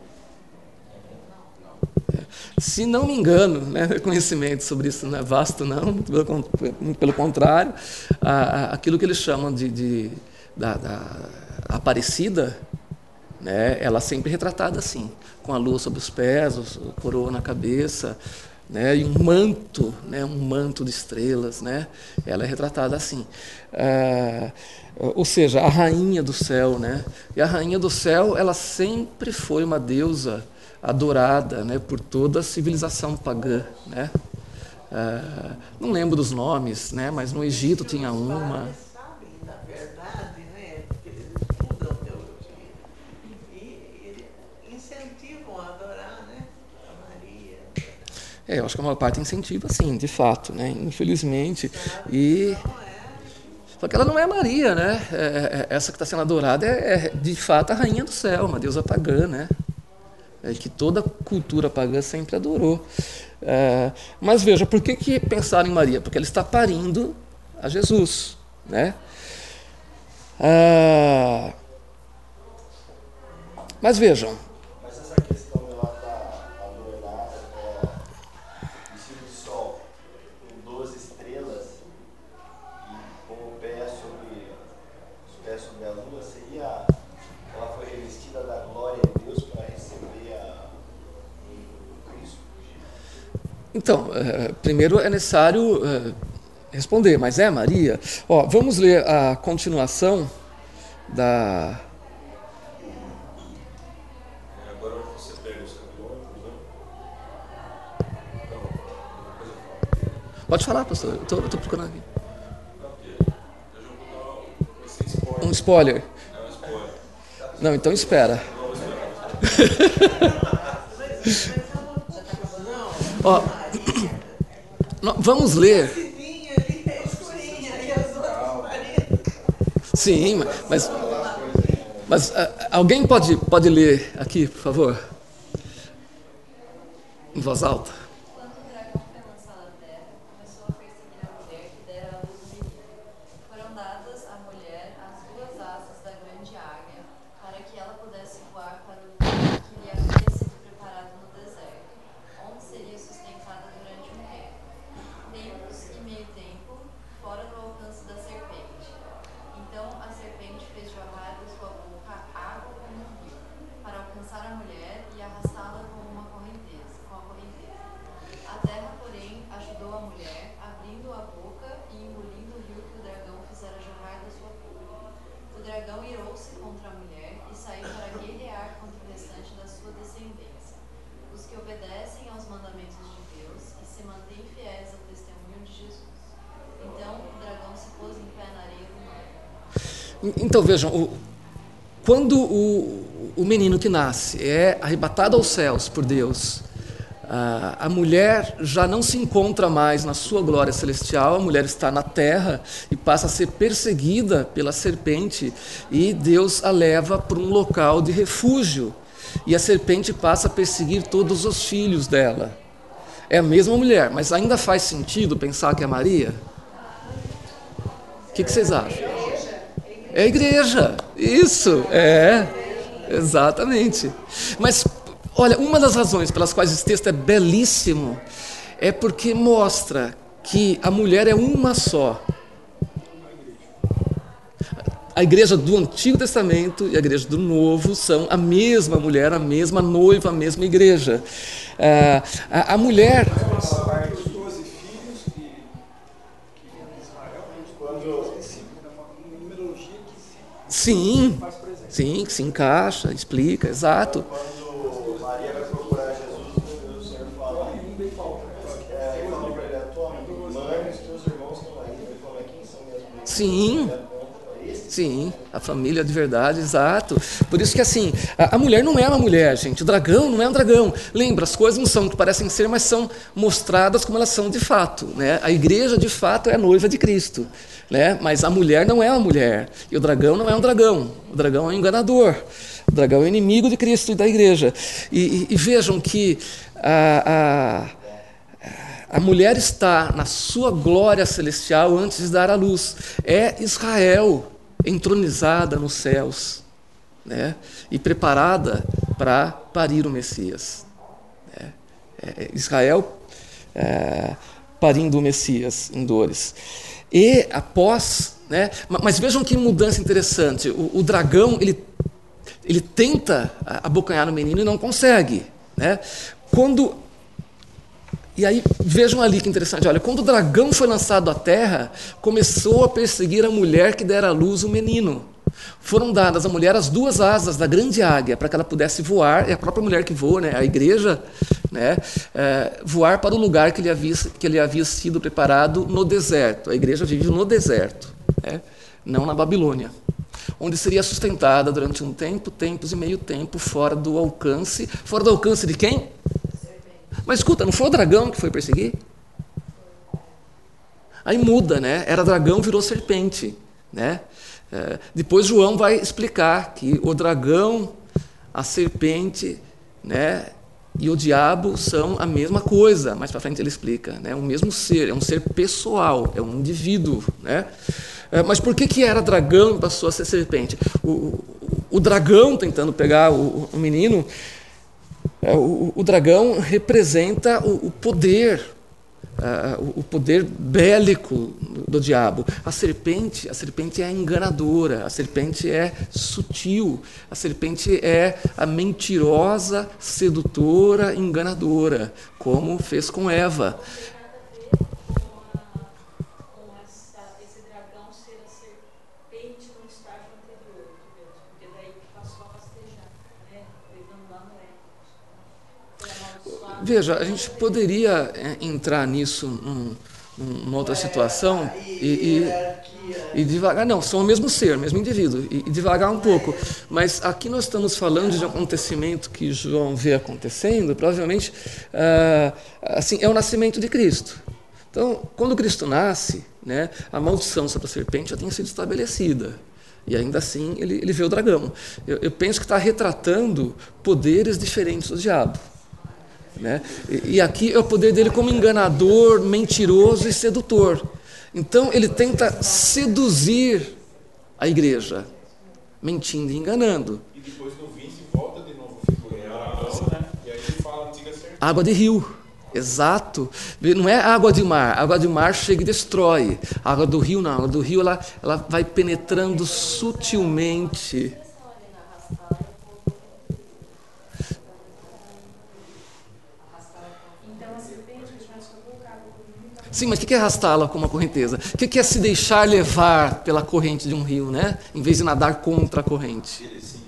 Se não me engano, né, conhecimento sobre isso não é vasto, não, muito pelo, con- muito pelo contrário, a- a- aquilo que eles chamam de, de- da, da Aparecida, né, ela sempre é retratada assim, com a lua sobre os pés, o- a coroa na cabeça, né, e um manto, né, um manto de estrelas, né, ela é retratada assim. Ah, ou seja, a rainha do céu, né, e a rainha do céu, ela sempre foi uma deusa adorada, né, por toda a civilização pagã, né. Ah, não lembro dos nomes, né, mas no Egito tinha Os uma. padres sabem da verdade, né? Porque eles estudam teologia. E eles incentivam a adorar, né? A Maria. É, eu acho que a maior parte incentiva, sim, de fato, né, infelizmente. E Não é. só que ela não é Maria, né? É, é, essa que está sendo adorada é, é, de fato, a rainha do céu, uma deusa pagã, né? É, que toda cultura pagã sempre adorou. É, mas veja, por que, que pensaram em Maria? Porque ela está parindo a Jesus, né? Ah, mas vejam, Mas essa questão ela está adornada com vestido de sol, com doze estrelas e com o pé sobre os pés sobre a lua, seria ela foi revestida da glória de Deus para receber a, o Cristo? então, é, primeiro é necessário é, responder, mas é Maria? Ó, vamos ler a continuação da. É, agora você pega os cabelos, né? Não, depois eu falo. Pode falar, pastor, eu estou procurando aqui. Não, porque eu já vou dar esse spoiler. Um spoiler. É um spoiler. Não, então espera. Vamos esperar. Ó, nó- vamos ler. Cidinha ali é escurinha e as outras paredes. Sim, mas, mas ah, alguém pode, pode ler aqui, por favor? Em voz alta. Quando o dragão foi lançado à terra, começou a perseguir a mulher que dera à luz o menino. Foram dadas à mulher as duas asas da grande águia, para que ela pudesse voar para o lugar que lhe havia sido preparado no deserto, onde contra a mulher e sair para guerrear contra o restante da sua descendência, os que obedecem aos mandamentos de Deus e se mantêm fiéis ao testemunho de Jesus. Então o dragão se pôs em pé na areia do mar. Então vejam, o, quando o, o menino que nasce é arrebatado aos céus por Deus, a, a mulher já não se encontra mais na sua glória celestial, a mulher está na terra e passa a ser perseguida pela serpente, e Deus a leva para um local de refúgio, e a serpente passa a perseguir todos os filhos dela. É a mesma mulher, mas ainda faz sentido pensar que é Maria? O que, que vocês acham? É a igreja, isso, é, exatamente. Mas, olha, uma das razões pelas quais esse texto é belíssimo é porque mostra que a mulher é uma só. A igreja do Antigo Testamento e a igreja do Novo são a mesma mulher, a mesma noiva, a mesma igreja. Ah, a, a mulher... Os doze filhos que, que Israel, quando específico, uma numerologia que se Sim, faz presente. sim, que se encaixa, explica, exato. Quando Maria vai procurar Jesus, o Senhor fala, é, fala para ele, a tua mãe, os teus irmãos estão aí. Ele fala, quem são mesmo? Sim, sim, a família de verdade, exato. Por isso que assim, a, a mulher não é uma mulher, gente, o dragão não é um dragão. Lembra, as coisas não são o que parecem ser, mas são mostradas como elas são de fato, né? A igreja de fato é a noiva de Cristo, né? Mas a mulher não é uma mulher, e o dragão não é um dragão, o dragão é um enganador, o dragão é o inimigo de Cristo e da igreja. E, e, e vejam que a... a A mulher está na sua glória celestial antes de dar à luz. É Israel entronizada nos céus, né? E preparada para parir o Messias. É, é Israel é, parindo o Messias em dores. E após... Né? Mas vejam que mudança interessante. O, o dragão, ele, ele tenta abocanhar o menino e não consegue, né? Quando... E aí, vejam ali que interessante, olha, quando o dragão foi lançado à terra, começou a perseguir a mulher que dera à luz o menino. Foram dadas à mulher as duas asas da grande águia, para que ela pudesse voar, é a própria mulher que voa, né, a igreja, né, é, voar para o lugar que lhe, havia, que lhe havia sido preparado no deserto. A igreja vive no deserto, né, não na Babilônia, onde seria sustentada durante um tempo, tempos e meio tempo, fora do alcance, fora do alcance de quem? Mas escuta, não foi o dragão que foi perseguir? Aí muda, né? Era dragão, virou serpente, né? É, depois João vai explicar que o dragão, a serpente, né, e o diabo são a mesma coisa. Mais para frente ele explica, né? O mesmo ser, é um ser pessoal, é um indivíduo, né? É, mas por que que era dragão e passou a ser serpente? O, o, o dragão tentando pegar o, o menino... O, o dragão representa o, o poder, uh, o poder bélico do, do diabo. A serpente, a serpente é enganadora, a serpente é sutil, a serpente é a mentirosa, sedutora, enganadora, como fez com Eva. Veja, a gente poderia é, entrar nisso num, numa outra situação e, e, e devagar. Não, são o mesmo ser, o mesmo indivíduo, e, e devagar um pouco. Mas aqui nós estamos falando de um acontecimento que João vê acontecendo, provavelmente, ah, assim, é o nascimento de Cristo. Então, quando Cristo nasce, né, a maldição sobre a serpente já tinha sido estabelecida. E ainda assim ele, ele vê o dragão. Eu, eu penso que está retratando poderes diferentes do diabo. Né? E, e aqui é o poder dele como enganador, mentiroso e sedutor. Então ele tenta seduzir a igreja, mentindo e enganando. E depois no vinho se volta de novo a figura, né? E aí ele fala antiga serpente. Água de rio, exato. Não é água de mar, água de mar chega e destrói. A água do rio não, a água do rio ela, ela vai penetrando sutilmente. Sim, mas o que é arrastá-la como uma correnteza? O que é se deixar levar pela corrente de um rio, né? Em vez de nadar contra a corrente?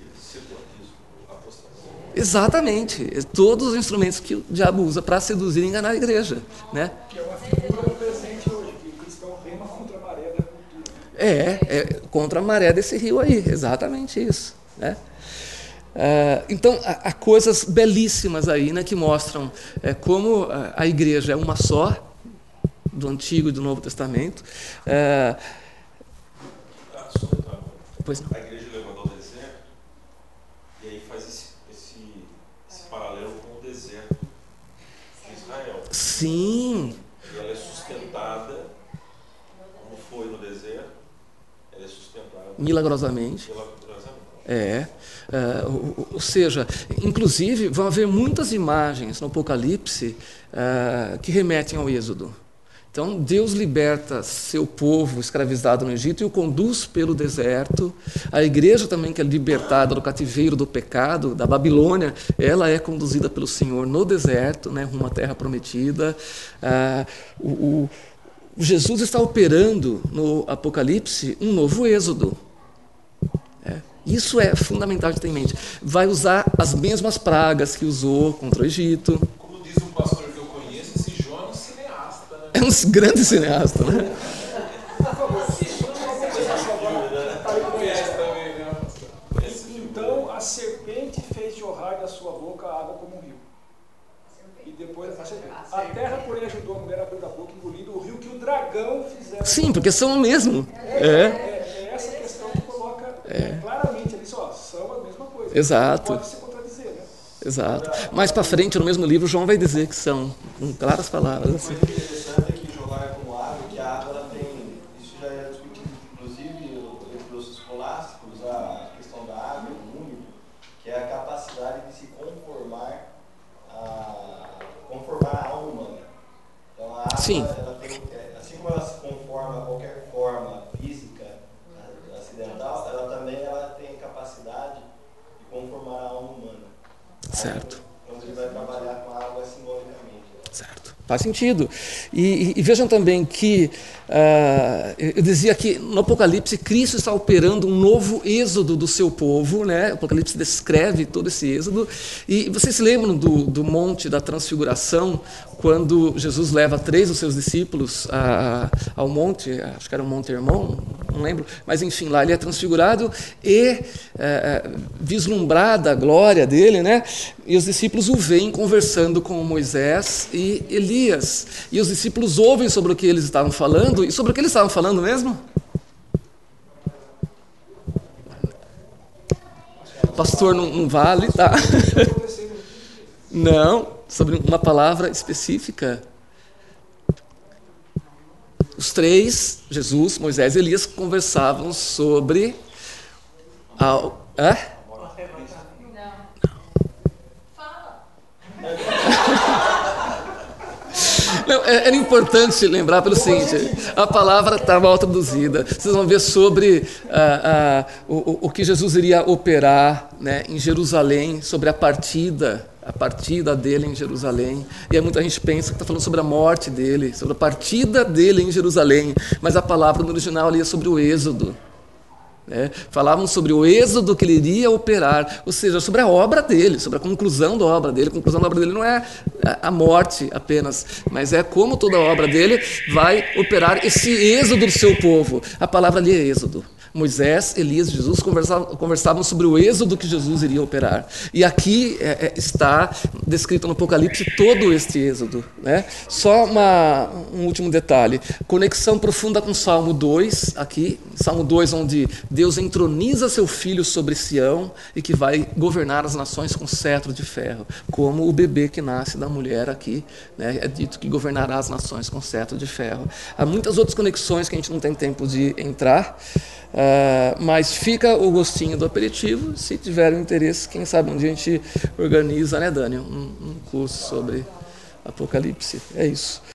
Exatamente. Todos os instrumentos que o diabo usa para seduzir e enganar a igreja, né? Que é uma figura presente hoje, que o cristão rema contra a maré da cultura. É, é contra a maré desse rio aí, exatamente isso, né? Uh, então, há, há coisas belíssimas aí, né, que mostram é, como a, a igreja é uma só, do Antigo e do Novo Testamento. Uh, Ah, só um detalhe. pois não. A igreja levada ao deserto, e aí faz esse, esse, esse paralelo com o deserto de Israel. Sim, E ela é sustentada, como foi no deserto, ela é sustentada milagrosamente. pela milagrosamente. É, uh, ou, ou seja, inclusive vão haver muitas imagens no Apocalipse uh, que remetem ao Êxodo. Então, Deus liberta seu povo escravizado no Egito e o conduz pelo deserto. A igreja também, que é libertada do cativeiro do pecado, da Babilônia, ela é conduzida pelo Senhor no deserto, né, rumo à terra prometida. Uh, o, o, Jesus está operando no Apocalipse um novo êxodo. É. Isso é fundamental de ter em mente. Vai usar as mesmas pragas que usou contra o Egito. Como diz um pastor que eu conheço, esse João é um cineasta, né? É um grande cineasta, né? Então a serpente fez jorrar da sua boca água como um rio. E depois a serpente. A terra, porém, ajudou a mulher a abrir da boca, engolindo o rio que o dragão fizera. Sim, porque são o mesmo. É, é, é essa questão que coloca é. claramente ali, só são a mesma coisa. Exato. Não pode se contradizer, né? Exato. Mais para frente, no mesmo livro, João vai dizer que são, com claras palavras. Assim. Uma coisa interessante é que jogar é como água, que a água ela tem, isso já é discutido inclusive entre os escolásticos, a questão da água no mundo, que é a capacidade de se conformar a, conformar a alma humana. Então a água, Sim. ela tem, assim como ela se conforma a qualquer forma física acidental, ela também ela tem capacidade de conformar a alma humana. Certo. Então ele vai trabalhar com a água simbolicamente. Certo. Faz sentido. E, e, e vejam também que, uh, eu dizia que no Apocalipse, Cristo está operando um novo êxodo do seu povo, né? O Apocalipse descreve todo esse êxodo. E vocês se lembram do, do Monte da Transfiguração, quando Jesus leva três dos seus discípulos a, a, ao monte, acho que era o Monte Hermon, não lembro, mas enfim, lá ele é transfigurado e é, vislumbrada a glória dele, né? E os discípulos o veem conversando com Moisés e Elias. E os discípulos ouvem sobre o que eles estavam falando. E sobre o que eles estavam falando mesmo? Pastor, não, não vale, tá? Não, sobre uma palavra específica. Os três, Jesus, Moisés e Elias, conversavam sobre... A, é? Não, era importante lembrar pelo seguinte, a palavra está mal traduzida. Vocês vão ver sobre ah, ah, o, o que Jesus iria operar, né, em Jerusalém, sobre a partida, a partida dele em Jerusalém. E aí muita gente pensa que está falando sobre a morte dele, sobre a partida dele em Jerusalém, mas a palavra no original ali é sobre o êxodo. É, falavam sobre o êxodo que ele iria operar, ou seja, sobre a obra dele, sobre a conclusão da obra dele. A conclusão da obra dele não é a morte apenas, mas é como toda a obra dele vai operar esse êxodo do seu povo. A palavra ali é êxodo. Moisés, Elias e Jesus conversavam, conversavam sobre o êxodo que Jesus iria operar. E aqui é, é, está descrito no Apocalipse todo este êxodo, né? Só uma, um último detalhe. Conexão profunda com Salmo dois, aqui. Salmo dois, onde Deus entroniza seu filho sobre Sião e que vai governar as nações com cetro de ferro, como o bebê que nasce da mulher aqui, né? É dito que governará as nações com cetro de ferro. Há muitas outras conexões que a gente não tem tempo de entrar. Uh, mas fica o gostinho do aperitivo. Se tiverem interesse, quem sabe um dia a gente organiza, né, Dani, um, um curso sobre Apocalipse. É isso.